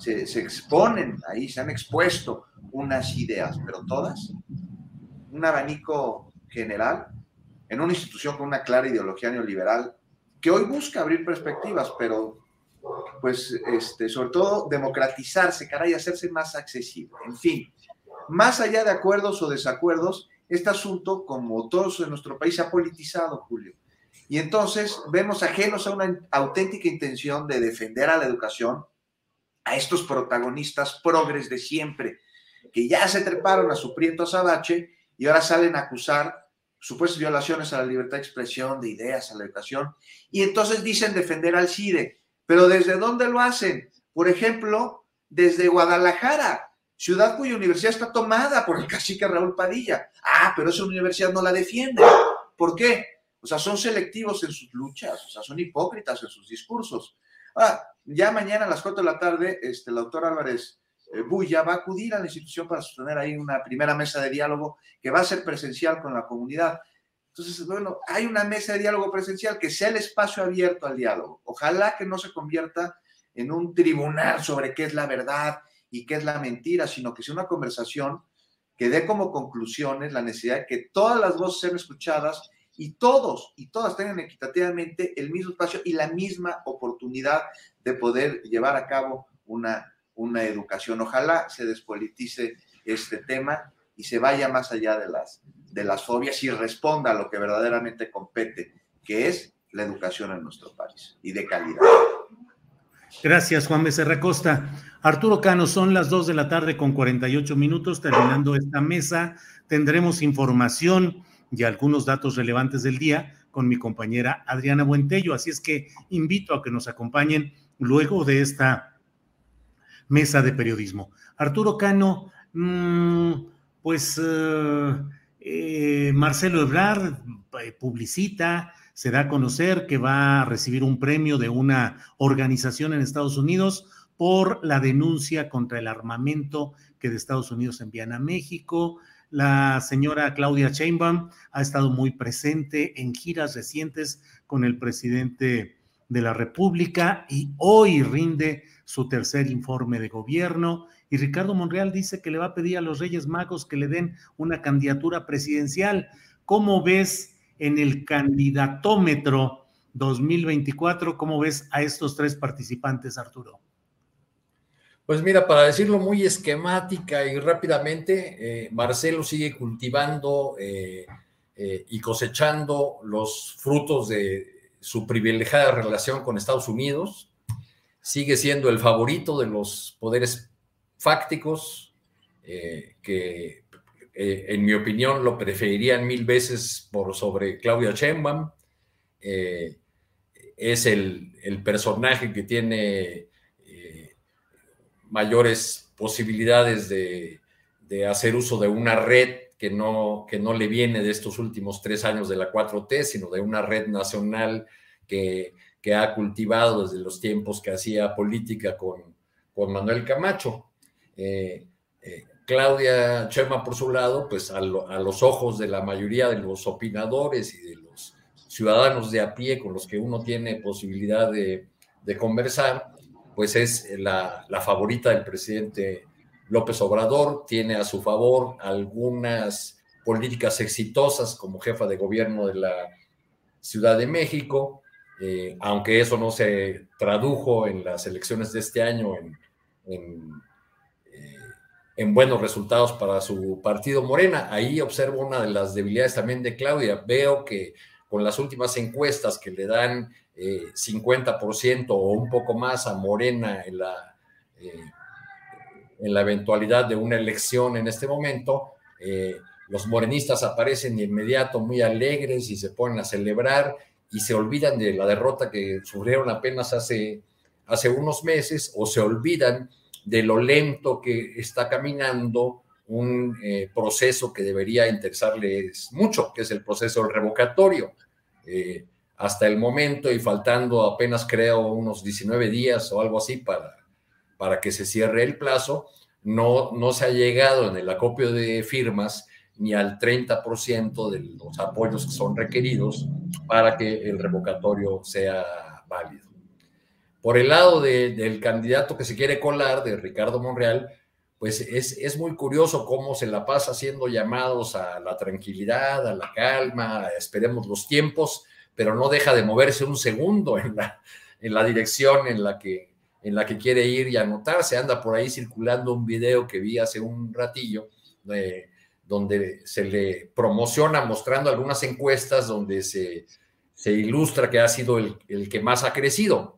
exponen ahí, se han expuesto unas ideas, pero todas, un abanico general, en una institución con una clara ideología neoliberal, que hoy busca abrir perspectivas, pero pues sobre todo democratizarse, caray, hacerse más accesible. En fin, más allá de acuerdos o desacuerdos, este asunto, como todos en nuestro país, se ha politizado, Julio. Y entonces vemos ajenos a una auténtica intención de defender a la educación, a estos protagonistas progres de siempre, que ya se treparon a su prieto azabache y ahora salen a acusar supuestas violaciones a la libertad de expresión, de ideas, a la educación, y entonces dicen defender al CIDE. Pero ¿desde dónde lo hacen? Por ejemplo, desde Guadalajara, ciudad cuya universidad está tomada por el cacique Raúl Padilla. Ah, pero esa universidad no la defiende. ¿Por qué? O sea, son selectivos en sus luchas, o sea, son hipócritas en sus discursos. Ya mañana a las 4 de la tarde, el doctor Álvarez Bulla va a acudir a la institución para sostener ahí una primera mesa de diálogo que va a ser presencial con la comunidad. Entonces, bueno, hay una mesa de diálogo presencial, que sea el espacio abierto al diálogo. Ojalá que no se convierta en un tribunal sobre qué es la verdad y qué es la mentira, sino que sea una conversación que dé como conclusiones la necesidad de que todas las voces sean escuchadas y todos y todas tengan equitativamente el mismo espacio y la misma oportunidad de poder llevar a cabo una educación. Ojalá se despolitice este tema y se vaya más allá de las fobias y responda a lo que verdaderamente compete, que es la educación en nuestro país y de calidad. Gracias, Juan Becerra Costa. Arturo Cano, son las 2 de la tarde con 48 minutos. Terminando esta mesa, tendremos información y algunos datos relevantes del día con mi compañera Adriana Buentello. Así es que invito a que nos acompañen luego de esta mesa de periodismo. Arturo Cano, Marcelo Ebrard publicita, se da a conocer que va a recibir un premio de una organización en Estados Unidos por la denuncia contra el armamento que de Estados Unidos envían a México. La señora Claudia Sheinbaum ha estado muy presente en giras recientes con el presidente de la República y hoy rinde su tercer informe de gobierno. Y Ricardo Monreal dice que le va a pedir a los Reyes Magos que le den una candidatura presidencial. ¿Cómo ves en el candidatómetro 2024? ¿Cómo ves a estos tres participantes, Arturo? Pues mira, para decirlo muy esquemática y rápidamente, Marcelo sigue cultivando y cosechando los frutos de su privilegiada relación con Estados Unidos. Sigue siendo el favorito de los poderes fácticos, que en mi opinión lo preferirían 1000 veces sobre Claudia Sheinbaum. Es el personaje que tiene mayores posibilidades de hacer uso de una red que no le viene de estos últimos 3 años de la 4T, sino de una red nacional que ha cultivado desde los tiempos que hacía política con Manuel Camacho. Claudia Sheinbaum, por su lado, pues a los ojos de la mayoría de los opinadores y de los ciudadanos de a pie con los que uno tiene posibilidad de conversar, pues es la favorita del presidente López Obrador tiene a su favor algunas políticas exitosas como jefa de gobierno de la Ciudad de México, aunque eso no se tradujo en las elecciones de este año en buenos resultados para su partido Morena. Ahí observo una de las debilidades también de Claudia. Veo que con las últimas encuestas que le dan 50% o un poco más a Morena en la eventualidad de una elección en este momento, los morenistas aparecen de inmediato muy alegres y se ponen a celebrar y se olvidan de la derrota que sufrieron apenas hace unos meses, o se olvidan de lo lento que está caminando un proceso que debería interesarles mucho, que es el proceso del revocatorio. Hasta el momento, y faltando apenas creo unos 19 días o algo así para que se cierre el plazo, no se ha llegado en el acopio de firmas ni al 30% de los apoyos que son requeridos para que el revocatorio sea válido. Por el lado del candidato que se quiere colar, de Ricardo Monreal, pues es muy curioso cómo se la pasa haciendo llamados a la tranquilidad, a la calma, esperemos los tiempos, pero no deja de moverse un segundo en la dirección en la que quiere ir y anotarse. Anda por ahí circulando un video que vi hace un ratillo, donde se le promociona mostrando algunas encuestas donde se ilustra que ha sido el que más ha crecido.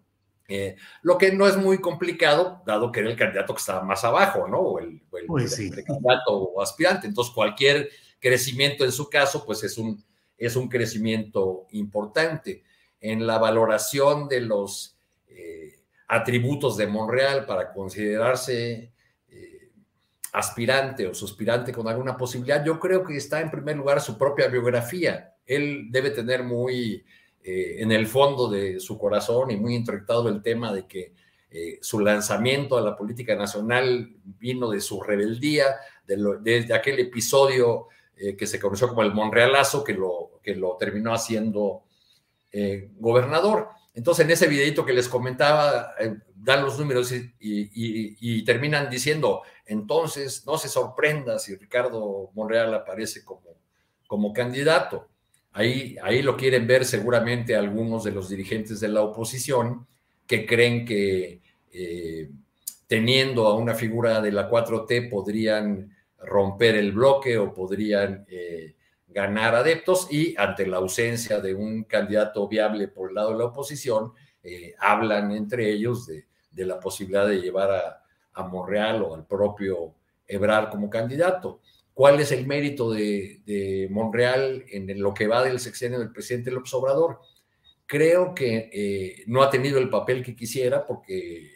Lo que no es muy complicado, dado que era el candidato que estaba más abajo, ¿no? O el candidato o aspirante. Entonces, cualquier crecimiento en su caso, pues es un crecimiento importante. En la valoración de los atributos de Monreal para considerarse aspirante o suspirante con alguna posibilidad, yo creo que está en primer lugar su propia biografía. Él debe tener muy en el fondo de su corazón y muy introyectado el tema de que su lanzamiento a la política nacional vino de su rebeldía, de aquel episodio que se conoció como el Monrealazo, que lo terminó haciendo gobernador. Entonces, en ese videito que les comentaba, dan los números y terminan diciendo, entonces, no se sorprenda si Ricardo Monreal aparece como candidato. Ahí lo quieren ver seguramente algunos de los dirigentes de la oposición que creen que teniendo a una figura de la 4T podrían romper el bloque o podrían ganar adeptos, y ante la ausencia de un candidato viable por el lado de la oposición, hablan entre ellos de la posibilidad de llevar a Monreal o al propio Ebrard como candidato. ¿Cuál es el mérito de Monreal en lo que va del sexenio del presidente López Obrador? Creo que no ha tenido el papel que quisiera, porque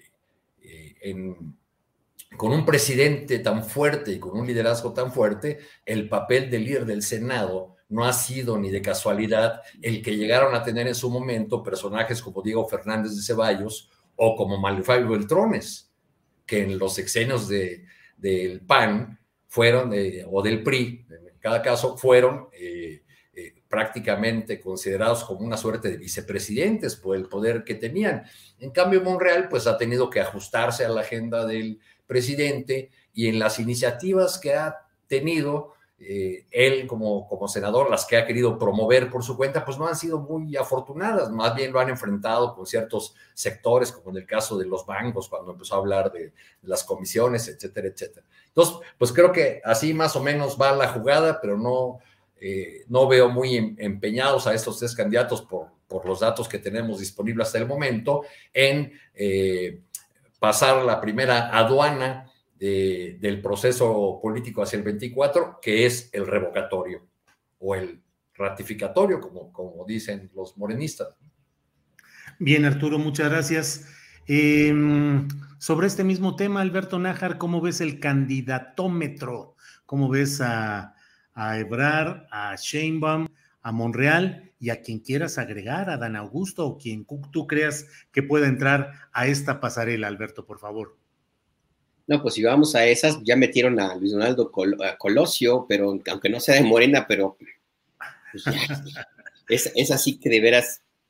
con un presidente tan fuerte y con un liderazgo tan fuerte, el papel del líder del Senado no ha sido ni de casualidad el que llegaron a tener en su momento personajes como Diego Fernández de Ceballos o como Mario Fabio Beltrones, que en los sexenios del PAN fueron, o del PRI, en cada caso, fueron prácticamente considerados como una suerte de vicepresidentes por el poder que tenían. En cambio, Monreal pues ha tenido que ajustarse a la agenda del presidente, y en las iniciativas que ha tenido él como senador, las que ha querido promover por su cuenta, pues no han sido muy afortunadas, más bien lo han enfrentado con ciertos sectores, como en el caso de los bancos, cuando empezó a hablar de las comisiones, etcétera, etcétera. Entonces, pues creo que así más o menos va la jugada, pero no veo muy empeñados a estos tres candidatos por los datos que tenemos disponibles hasta el momento en pasar la primera aduana del proceso político hacia el 24, que es el revocatorio o el ratificatorio, como dicen los morenistas. Bien, Arturo, muchas gracias. Sobre este mismo tema, Alberto Nájar, ¿cómo ves el candidatómetro? ¿Cómo ves a Ebrard, a Sheinbaum, a Monreal y a quien quieras agregar, a Dan Augusto, o quien tú creas que pueda entrar a esta pasarela, Alberto, por favor? No, pues si vamos a esas, ya metieron a Luis Donaldo Colosio, pero aunque no sea de Morena, pero pues ya, es así que de veras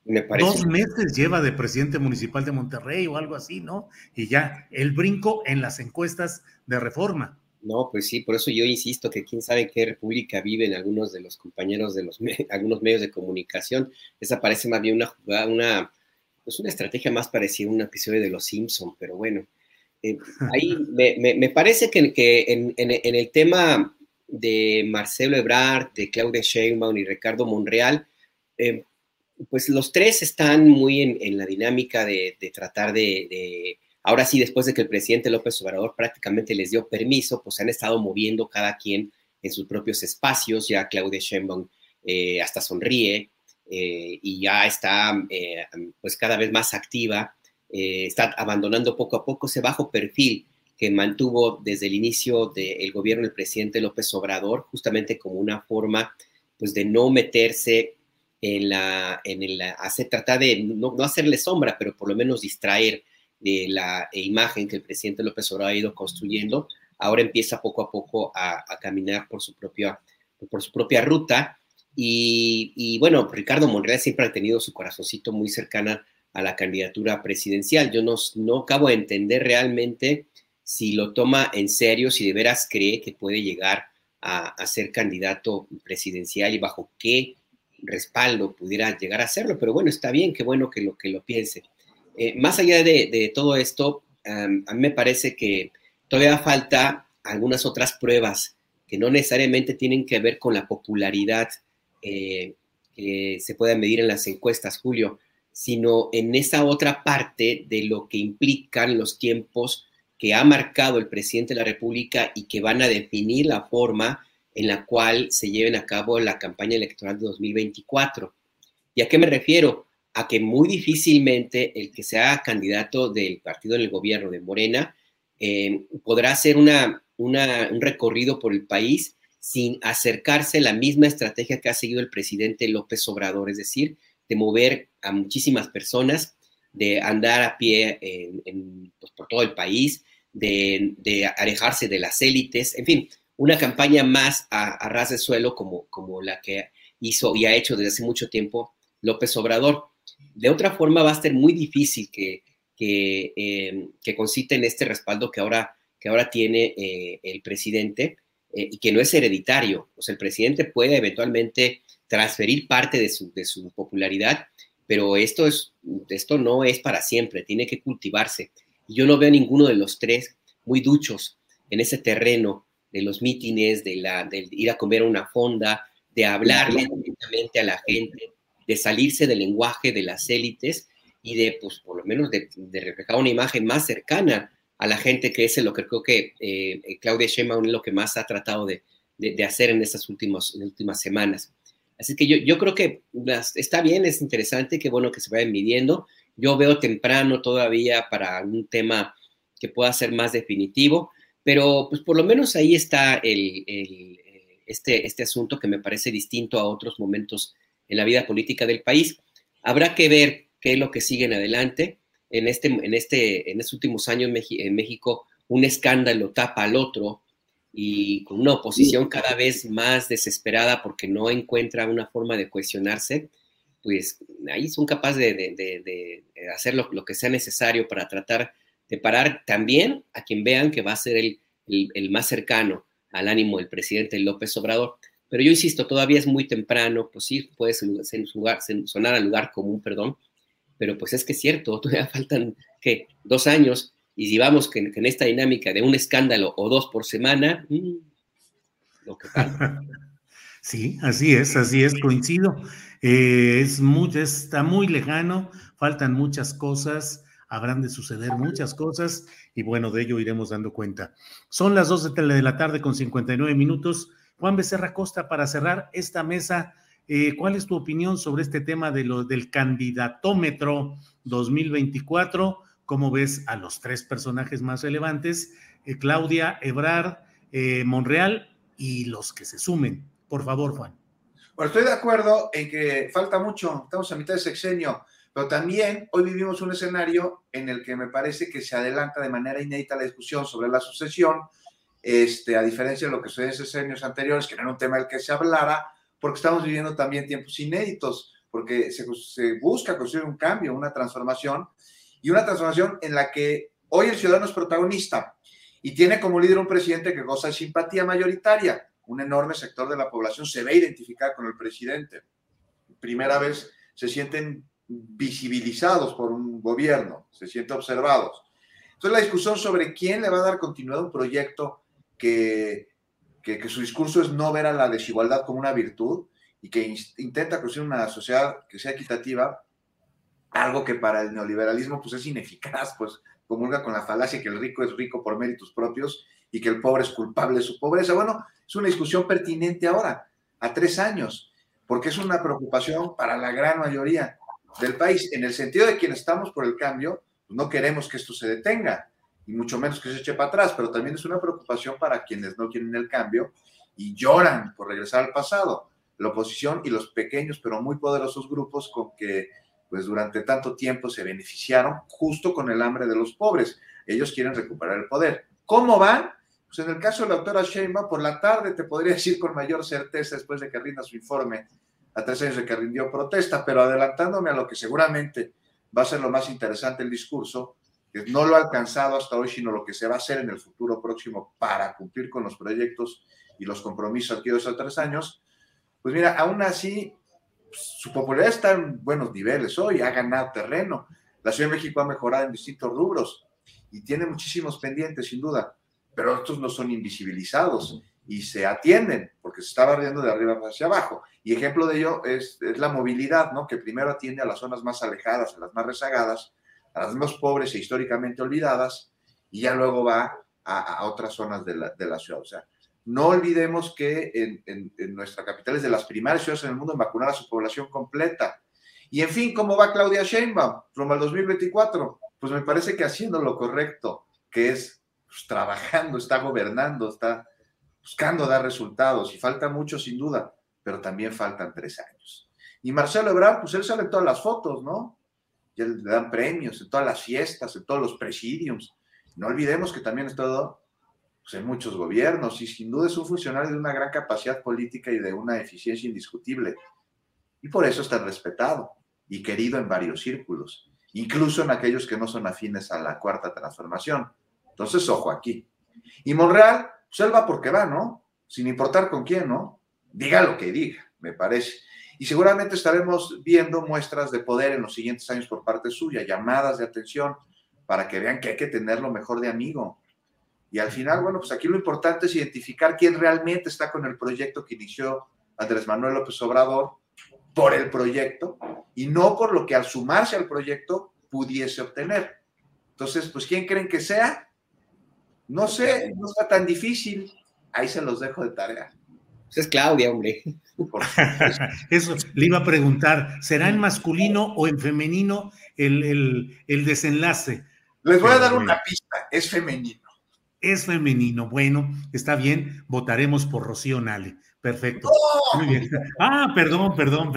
Me parece. 2 meses lleva de presidente municipal de Monterrey o algo así, ¿no? Y ya el brinco en las encuestas de Reforma. No, pues sí, por eso yo insisto que quién sabe qué república viven algunos de los compañeros de algunos medios de comunicación. Esa parece más bien una jugada, pues una estrategia más parecida a un episodio de Los Simpson, pero bueno. Ahí me parece que en el tema de Marcelo Ebrard, de Claudia Sheinbaum y Ricardo Monreal, pues los tres están muy en la dinámica de tratar de ahora sí, después de que el presidente López Obrador prácticamente les dio permiso, pues se han estado moviendo cada quien en sus propios espacios. Ya Claudia Sheinbaum hasta sonríe y ya está pues cada vez más activa, está abandonando poco a poco ese bajo perfil que mantuvo desde el inicio del gobierno del presidente López Obrador, justamente como una forma pues de no meterse tratar de no hacerle sombra, pero por lo menos distraer de la imagen que el presidente López Obrador ha ido construyendo. Ahora empieza poco a poco a caminar por su propia ruta. Y bueno, Ricardo Monreal siempre ha tenido su corazoncito muy cercana a la candidatura presidencial. Yo no acabo de entender realmente si lo toma en serio, si de veras cree que puede llegar a ser candidato presidencial y bajo qué respaldo pudiera llegar a hacerlo. Pero bueno, está bien, qué bueno que lo piense. Más allá de todo esto, a mí me parece que todavía falta algunas otras pruebas que no necesariamente tienen que ver con la popularidad que se pueda medir en las encuestas, Julio, sino en esa otra parte de lo que implican los tiempos que ha marcado el presidente de la República y que van a definir la forma en la cual se lleven a cabo la campaña electoral de 2024. ¿Y a qué me refiero? A que muy difícilmente el que sea candidato del partido en el gobierno de Morena podrá hacer un recorrido por el país sin acercarse a la misma estrategia que ha seguido el presidente López Obrador, es decir, de mover a muchísimas personas, de andar a pie pues, por todo el país, de alejarse de las élites, en fin, una campaña más a ras de suelo como la que hizo y ha hecho desde hace mucho tiempo López Obrador. De otra forma va a ser muy difícil que conciten este respaldo que ahora tiene el presidente y que no es hereditario. O sea, el presidente puede eventualmente transferir parte de su popularidad, pero esto no es para siempre, tiene que cultivarse. Y yo no veo a ninguno de los tres muy duchos en ese terreno de los mítines, de ir a comer a una fonda, de hablarle directamente a la gente, de salirse del lenguaje de las élites y de, pues, por lo menos de reflejar una imagen más cercana a la gente, que es lo que creo que Claudia Sheinbaum es lo que más ha tratado de hacer en estas últimas semanas. Así que yo creo que está bien, es interesante, qué bueno que se vayan midiendo. Yo veo temprano todavía para un tema que pueda ser más definitivo, pero pues por lo menos ahí está este asunto que me parece distinto a otros momentos en la vida política del país. Habrá que ver qué es lo que sigue en adelante. En estos últimos años en México, un escándalo tapa al otro y con una oposición cada vez más desesperada porque no encuentra una forma de cohesionarse, pues ahí son capaces de hacer lo que sea necesario para tratar de parar también a quien vean que va a ser el más cercano al ánimo del presidente López Obrador. Pero yo insisto, todavía es muy temprano, pues sí, puede sonar al lugar común, pero pues es que es cierto, todavía faltan, ¿qué? 2 años, y si vamos que en esta dinámica de un escándalo o 2 por semana, lo que falta. Sí, así es, coincido. Está muy lejano, faltan muchas cosas, habrán de suceder muchas cosas, y bueno, de ello iremos dando cuenta. Son las 2:59 p.m. Juan Becerra Costa, para cerrar esta mesa, ¿cuál es tu opinión sobre este tema del candidatómetro 2024? ¿Cómo ves a los 3 personajes más relevantes? Claudia, Ebrard, Monreal y los que se sumen. Por favor, Juan. Bueno, estoy de acuerdo en que falta mucho, estamos a mitad de sexenio, pero también hoy vivimos un escenario en el que me parece que se adelanta de manera inédita la discusión sobre la sucesión, a diferencia de lo que sucedió en sexenios anteriores, que no era un tema del que se hablara, porque estamos viviendo también tiempos inéditos, porque se busca construir un cambio, una transformación, y una transformación en la que hoy el ciudadano es protagonista y tiene como líder un presidente que goza de simpatía mayoritaria. Un enorme sector de la población se ve identificada con el presidente. Primera vez se sienten visibilizados por un gobierno, se sienten observados. Entonces la discusión sobre quién le va a dar continuidad a un proyecto que su discurso es no ver a la desigualdad como una virtud y que intenta construir una sociedad que sea equitativa, algo que para el neoliberalismo pues es ineficaz, pues comulga con la falacia que el rico es rico por méritos propios y que el pobre es culpable de su pobreza. Bueno, es una discusión pertinente ahora, a 3 años, porque es una preocupación para la gran mayoría del país, en el sentido de quienes estamos por el cambio, pues no queremos que esto se detenga, y mucho menos que se eche para atrás, pero también es una preocupación para quienes no quieren el cambio y lloran por regresar al pasado, la oposición y los pequeños pero muy poderosos grupos con que pues durante tanto tiempo se beneficiaron justo con el hambre de los pobres. Ellos quieren recuperar el poder. ¿Cómo van? Pues en el caso de la doctora Sheinbaum, por la tarde te podría decir con mayor certeza después de que rinda su informe a 3 años de que rindió protesta, pero adelantándome a lo que seguramente va a ser lo más interesante el discurso, que no lo ha alcanzado hasta hoy, sino lo que se va a hacer en el futuro próximo para cumplir con los proyectos y los compromisos adquiridos a 3 años, pues mira, aún así, su popularidad está en buenos niveles hoy, ha ganado terreno. La Ciudad de México ha mejorado en distintos rubros y tiene muchísimos pendientes, sin duda, pero estos no son invisibilizados y se atienden, porque se está barriendo de arriba hacia abajo. Y ejemplo de ello es la movilidad, ¿no? Que primero atiende a las zonas más alejadas, a las más rezagadas, a las más pobres e históricamente olvidadas, y ya luego va a otras zonas de la ciudad. O sea, no olvidemos que en nuestra capital es de las primeras ciudades en el mundo en vacunar a su población completa. Y en fin, ¿cómo va Claudia Sheinbaum rumbo al 2024? Pues me parece que haciendo lo correcto, que es pues, trabajando, está gobernando, está buscando dar resultados, y falta mucho sin duda, pero también faltan 3 años. Y Marcelo Ebrard, pues él sale en todas las fotos, ¿no? Y le dan premios en todas las fiestas, en todos los presidiums. No olvidemos que también ha estado pues, en muchos gobiernos, y sin duda es un funcionario de una gran capacidad política y de una eficiencia indiscutible. Y por eso es tan respetado y querido en varios círculos, incluso en aquellos que no son afines a la Cuarta Transformación. Entonces, ojo aquí. Y Monreal, pues él va porque va, ¿no? Sin importar con quién, ¿no? Diga lo que diga, me parece. Y seguramente estaremos viendo muestras de poder en los siguientes años por parte suya, llamadas de atención para que vean que hay que tenerlo mejor de amigo. Y al final, bueno, pues aquí lo importante es identificar quién realmente está con el proyecto que inició Andrés Manuel López Obrador, por el proyecto, y no por lo que al sumarse al proyecto pudiese obtener. Entonces, pues, ¿quién creen que sea? No sé, no está tan difícil. Ahí se los dejo de tarea. Pues es Claudia, hombre. Eso le iba a preguntar, ¿será en masculino o en femenino el desenlace? Les voy a dar una pista, es femenino. Es femenino, bueno, está bien, votaremos por Rocío Nale. Perfecto. ¡Oh! Muy bien. Perdón.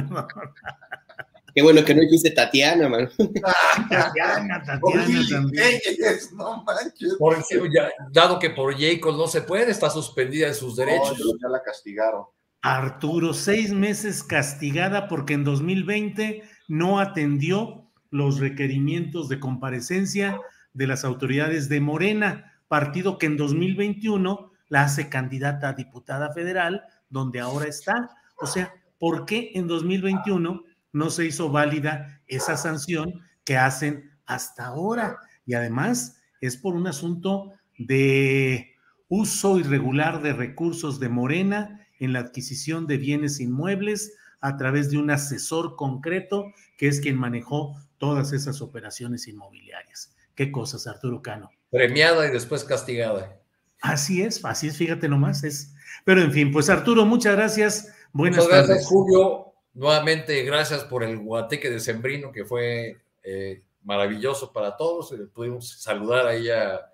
Qué bueno que no dijiste Tatiana, man. Tatiana también. No manches. Dado que por Jacob no se puede, está suspendida de sus derechos. No, ya la castigaron. Arturo, 6 meses castigada porque en 2020 no atendió los requerimientos de comparecencia de las autoridades de Morena, partido que en 2021 la hace candidata a diputada federal, donde ahora está. O sea, ¿por qué en 2021 no se hizo válida esa sanción que hacen hasta ahora? Y además es por un asunto de uso irregular de recursos de Morena en la adquisición de bienes inmuebles a través de un asesor concreto que es quien manejó todas esas operaciones inmobiliarias. ¿Qué cosas, Arturo Cano? Premiada y después castigada. Así es, fíjate nomás. Pero en fin, pues Arturo, muchas gracias. Buenas tardes. Gracias, Julio. Nuevamente, gracias por el guateque decembrino que fue maravilloso para todos. Pudimos saludar ahí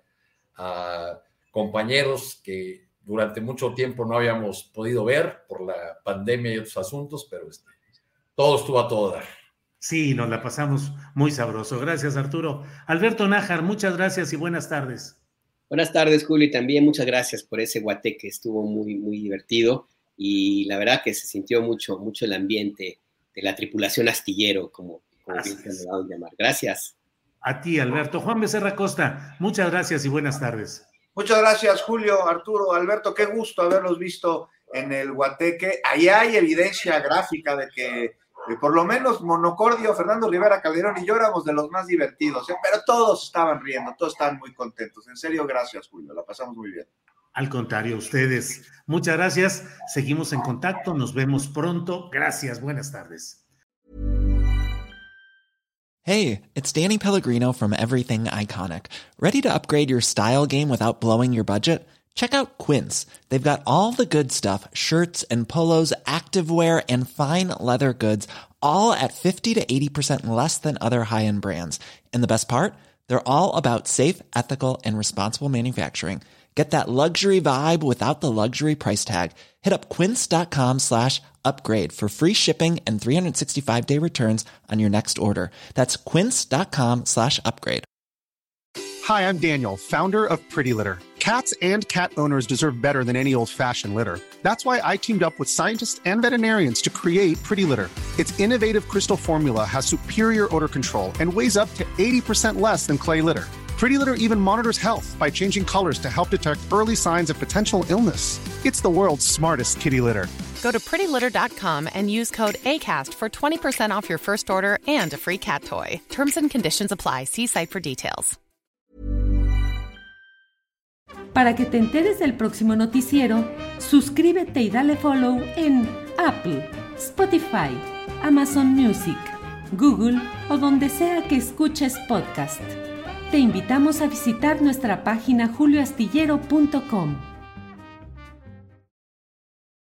a compañeros que durante mucho tiempo no habíamos podido ver por la pandemia y otros asuntos, pero todo estuvo a todo dar. Sí, nos la pasamos muy sabroso. Gracias, Arturo. Alberto Nájar, muchas gracias y buenas tardes. Buenas tardes, Julio, y también muchas gracias por ese guateque, estuvo muy, muy divertido y la verdad que se sintió mucho el ambiente la tripulación astillero, como bien se me va a llamar. Gracias. A ti, Alberto. Juan Becerra Costa, muchas gracias y buenas tardes. Muchas gracias, Julio, Arturo, Alberto, qué gusto haberlos visto en el Guateque. Ahí hay evidencia gráfica de que por lo menos Monocordio, Fernando Rivera Calderón y yo éramos de los más divertidos, pero todos estaban riendo, todos estaban muy contentos. En serio, gracias, Julio, la pasamos muy bien. Al contrario, ustedes. Muchas gracias. Seguimos en contacto. Nos vemos pronto. Gracias. Buenas tardes. Hey, it's Danny Pellegrino from Everything Iconic. Ready to upgrade your style game without blowing your budget? Check out Quince. They've got all the good stuff, shirts and polos, activewear, and fine leather goods, all at 50 to 80% less than other high-end brands. And the best part? They're all about safe, ethical, and responsible manufacturing. Get that luxury vibe without the luxury price tag. Hit up quince.com/upgrade for free shipping and 365-day returns on your next order. That's quince.com/upgrade. Hi, I'm Daniel, founder of Pretty Litter. Cats and cat owners deserve better than any old-fashioned litter. That's why I teamed up with scientists and veterinarians to create Pretty Litter. Its innovative crystal formula has superior odor control and weighs up to 80% less than clay litter. Pretty Litter even monitors health by changing colors to help detect early signs of potential illness. It's the world's smartest kitty litter. Go to prettylitter.com and use code ACAST for 20% off your first order and a free cat toy. Terms and conditions apply. See site for details. Para que te enteres del próximo noticiero, suscríbete y dale follow en Apple, Spotify, Amazon Music, Google o donde sea que escuches podcast. Te invitamos a visitar nuestra página julioastillero.com.